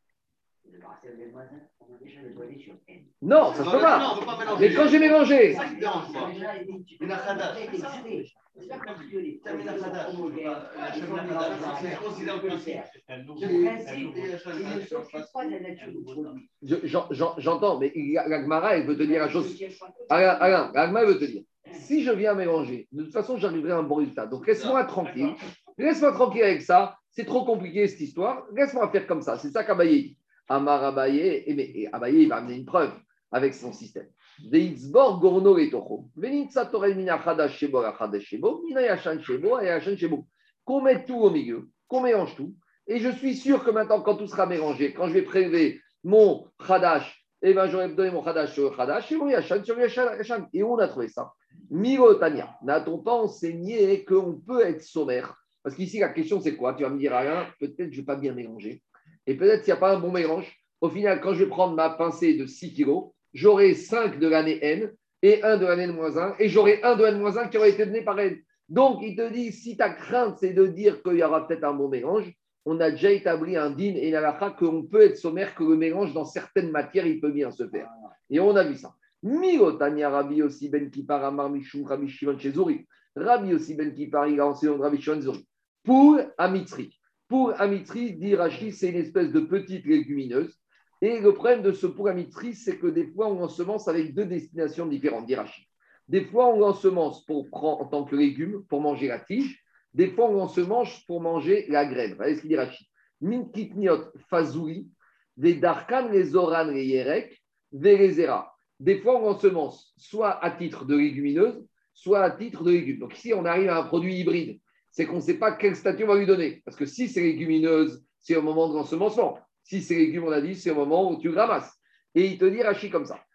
et le parcelle de N moins un? On a déjà le donné sur N. Non, ça se peut Non, pas. on ne peut pas mélanger. Mais quand j'ai mélangé, C'est ça qui te dérange pas. Binachadash. C'est ça, c'est parce que les C'est un Binachadash. homogènes, C'est ils sont Binachadash. C'est considéré mélangeables. comme ça. Le principe, il ne s'occupe pas de la nature du produit. je- j'en- j'en- j'entends, mais la la Gemara, elle veut te dire la chose. Alain, Alain, la Gemara, elle veut te dire. Si je viens mélanger, de toute façon, j'arriverai à un bon résultat. Donc, laisse-moi tranquille. Laisse-moi tranquille avec ça. C'est trop compliqué, cette histoire. Laisse-moi faire comme ça. C'est ça qu'Abaye dit. Amar Abaye, et, mais, et Abaye, il va amener une preuve avec son système. Deitzbor gorno et tocho. Venitza torel mina chadash shebo la chadash shebo. Mina yashan shebo et yashan shebo. Qu'on mette tout au milieu, qu'on mélange tout. Et je suis sûr que maintenant, quand tout sera mélangé, quand je vais prélever mon chadash, et ben j'aurais donné mon chadash sur le chadash et mon yashan sur le yashan. Et où on a trouvé ça? Mirotania. N'a-t-on pas enseigné qu'on peut être sommaire? Parce qu'ici, la question, c'est quoi? Tu vas me dire, Alain, peut-être que je ne vais pas bien mélanger. Et peut-être s'il n'y a pas un bon mélange, au final, quand je vais prendre ma pincée de six kilos, j'aurai cinq de l'année N et un de l'année N moins un, et j'aurai un de N moins un qui aurait été donné par N. Donc, il te dit, si ta crainte, c'est de dire qu'il y aura peut-être un bon mélange, on a déjà établi un din et une halakha qu'on peut être sommaire, que le mélange dans certaines matières, il peut bien se faire. Et on a vu ça. Mirotania Rabbi aussi ben Kippar Amar Mishum Rabbi Shimon Chezuri. Rabbi aussi ben Kippar, il a enseigné de Rabbi Shimon Chezuri. Pour Amitri. Pour Amitri, dit Rashi, c'est une espèce de petite légumineuse. Et le problème de ce pour Amitri, c'est que des fois, on ensemence avec deux destinations différentes, dit Rashi. Des fois, on ensemence pour prendre en tant que légume, pour manger la tige. Des fois, on ensemence pour manger la graine. Regardez ce qu'il dit Rashi. Min kitniot fazoui, vedarkan les oran les yerek, verezera. Des fois, on ensemence soit à titre de légumineuse, soit à titre de légume. Donc ici, on arrive à un produit hybride. C'est qu'on ne sait pas quel statut on va lui donner. Parce que si c'est légumineuse, c'est au moment de l'ensemencement. Si c'est légume, on a dit, c'est au moment où tu le ramasses. Et il te dit Rashi comme ça.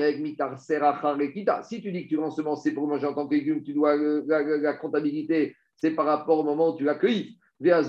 Si tu dis que tu l'ensemences, c'est pour manger en tant que légume, tu dois, la, la, la comptabilité, c'est par rapport au moment où tu l'as cueilli.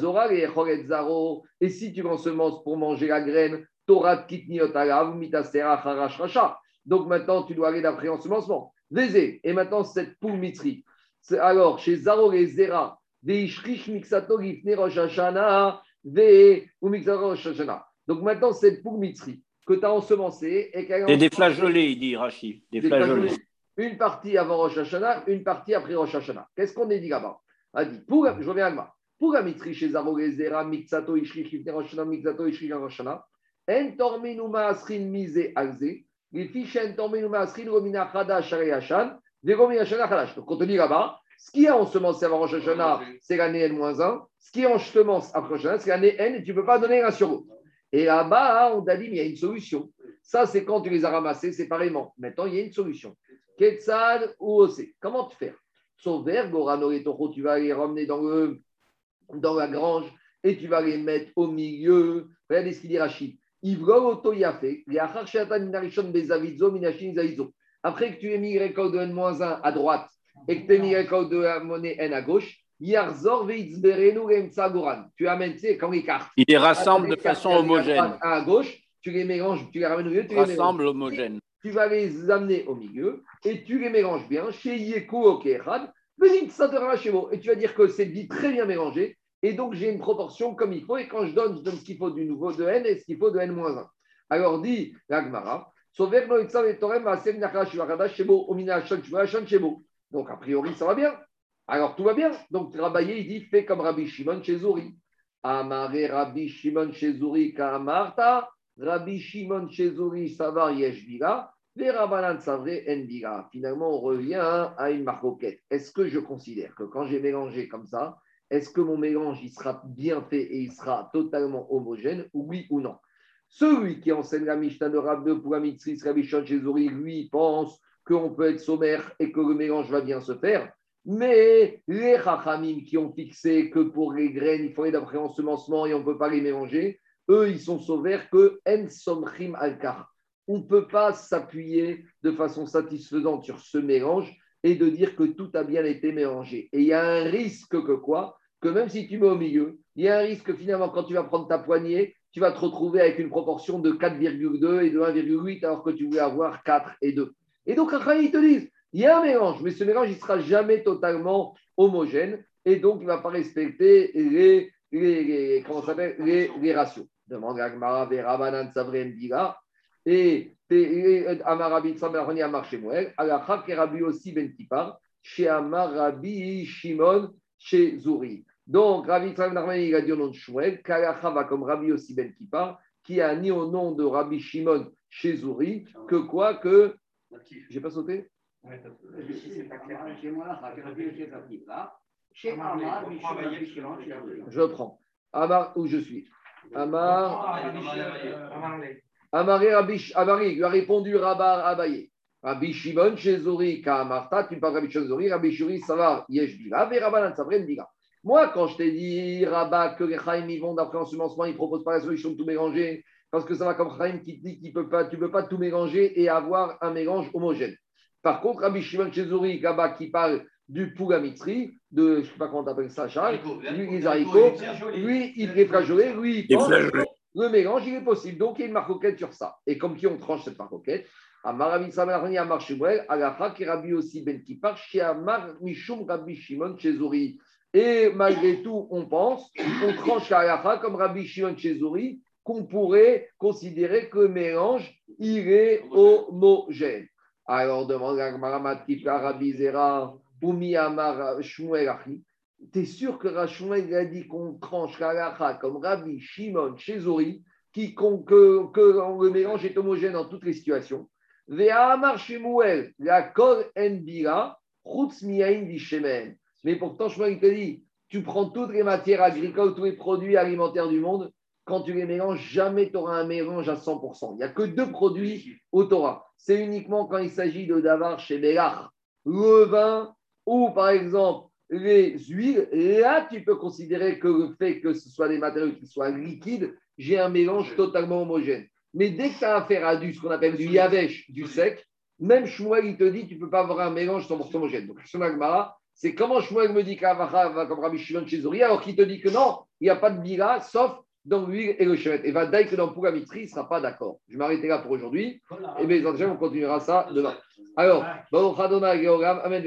Et si tu l'ensemences pour manger la graine, Torah kitniot alav mitasera charash racha. Donc maintenant, tu dois aller d'après ensemencement. Vézé. Et maintenant, cette poule mitri. Alors, chez Zaro et Zera, Veishrish mixato gifne rosh hashana, ve ou mixato rosh hashana. Donc maintenant, cette poule mitri que tu as ensemencée et qu'elle Et des flageolets, il dit Rachid. Des, des flageolets. flageolets. Une partie avant Rosh Hashanah, une partie après Rosh Hashanah. Qu'est-ce qu'on a dit là-bas? A dit, pour, je reviens à moi. Pour la mitri chez Zaro et Zera, mixato ishri gifne rosh hashana, mixato ishri rosh hashana, en torminu maasrin mise alze. Donc, quand on te dit là-bas, ce qui est ensemencé avant Rosh Hashanah, c'est l'année N moins un. Ce qui est ensemencé après Rosh Hashanah, c'est l'année N et tu ne peux pas donner l'un sur l'autre. Et là-bas, on t'a dit, mais il y a une solution. Ça, c'est quand tu les as ramassés séparément. Maintenant, il y a une solution. Ketsad ou Osé. Comment te faire? Sauver, Gorano et Toro, tu vas les ramener dans, le, dans la grange et tu vas les mettre au milieu. Regardez ce qu'il dit Rachid. Après que tu aies mis le récolte de N moins un à droite et que tu aies mis le récolte de la monnaie N à gauche, tu amènes, tu sais, quand les cartes. Il les rassemble de façon homogène. À gauche, tu les mélanges, tu les ramènes au milieu, tu les rassemble homogène. Tu vas les amener au milieu et tu les mélanges bien. Chez Yeko Okerad, et tu vas dire que c'est dit très bien mélangé. Et donc, j'ai une proportion comme il faut. Et quand je donne, je donne ce qu'il faut du nouveau de N et ce qu'il faut de N moins un. Alors, dit l'Agmara, donc, a priori, ça va bien. Alors, tout va bien. Donc, Rabaye, il dit, fais comme Rabbi Shimon chez Zuri. Amare Rabbi Shimon chez Zuri Kaamarta. Rabbi Shimon chez Zuri Savar Yeshvila. Les Rabbanan Savre Envila. Finalement, on revient à une marcoquette. Est-ce que je considère que quand j'ai mélangé comme ça, est-ce que mon mélange il sera bien fait et il sera totalement homogène, oui ou non? Celui qui enseigne la Mishnah de Rav deux pour la Mitzris, Rabbi Shimon chez Zuri, lui pense qu'on peut être sommaire et que le mélange va bien se faire. Mais les Chachamim qui ont fixé que pour les graines, il faudrait d'après ensemencement et on ne peut pas les mélanger, eux, ils sont sauvaires que En Somchim Alkar. On ne peut pas s'appuyer de façon satisfaisante sur ce mélange et de dire que tout a bien été mélangé. Et il y a un risque que quoi? Que même si tu mets au milieu, il y a un risque que finalement, quand tu vas prendre ta poignée, tu vas te retrouver avec une proportion de quatre virgule deux et de un virgule huit alors que tu voulais avoir quatre et deux. Et donc, après, ils te disent, il y a un mélange, mais ce mélange, il ne sera jamais totalement homogène et donc, il ne va pas respecter les, les, les, comment ça s'appelle, les, les ratios. Demande à Gmara, Verabanan, Savren, Dira, et Amarabi, Samarani, Amar, Shemuel, Alachak, et Rabbi aussi, Ben Kipar, chez Amar, Rabbi, Shimon, chez Zuri. Donc, Rabbi Tzrav Narmani, il a dit au nom de Shmuel, Kalacha va comme Rabbi aussi Ben Kippar, qui a mis au nom de Rabbi Shimon chez Zuri, que quoi que. J'ai pas sauté? Je prends. Amar, où je suis? Amar. Amari Rabbi Amari lui a répondu Rabar Abaye. Rabbi Shimon chez Zuri, Kaamarta, tu parles Rabbi Shimon Zuri, Rabbi Shuri, Savar, Yeshbila, et Rabbanan Savren Biga. Moi, quand je t'ai dit, Rabat, que les Chaim, ils vont d'après ensemencement, ils ne proposent pas la solution de tout mélanger, parce que ça va comme Chaim qui te dit qu'il peut pas, tu ne peux pas tout mélanger et avoir un mélange homogène. Par contre, Rabbi Shimon Chezuri, Rabat, qui parle du Pougamitri, de, je ne sais pas comment tu appelles ça, Charles, lui, les haricots, lui, il est flageolé, lui, il pense que le mélange, il est possible. Donc, il y a une marcoquette sur ça. Et comme qui on tranche cette marcoquette? Amar Rabbi Samarani, Amar Shemuel, Alacha, qui Rabbi aussi Ben Kippar, chez Amar Mishum Rabbi Shimon Chezuri. Et malgré tout, on pense, on tranche la halakha comme Rabbi Shimon Chezuri, qu'on pourrait considérer que le mélange, il est homogène. Alors, demande à Maramat Kifka Rabbi Zera, Oumi Amar Shmuel Achi. Tu es sûr que Shmuel a dit qu'on tranche la halakha comme Rabbi Shimon Chezuri, qui, que, que le mélange est homogène dans toutes les situations. Vea Amar Shmuel, la kol en bira, chutz miyain bishemen. Mais pourtant, Shmuel te dit, tu prends toutes les matières agricoles, tous les produits alimentaires du monde, quand tu les mélanges, jamais tu auras un mélange à cent pour cent. Il n'y a que deux produits au Torah. C'est uniquement quand il s'agit de davar chez Belach, le vin ou par exemple les huiles. Là, tu peux considérer que le fait que ce soit des matériaux qui soient liquides, j'ai un mélange totalement homogène. Mais dès que tu as affaire à du, ce qu'on appelle du yavesh, du sec, même Shmuel, il te dit, tu ne peux pas avoir un mélange cent pour cent homogène. Donc, Shmuel Gemara, C'est comment Shmuel me dit qu'Avacha va comme Rabbi Shimon chez Zori, alors qu'il te dit que non, il n'y a pas de bira, sauf dans l'huile et le chevet. Et va dire que dans Pougamitri, il ne sera pas d'accord. Je vais m'arrêter là pour aujourd'hui. Et bien, on continuera ça demain. Alors, Baruch Adonai Georgam, Amen.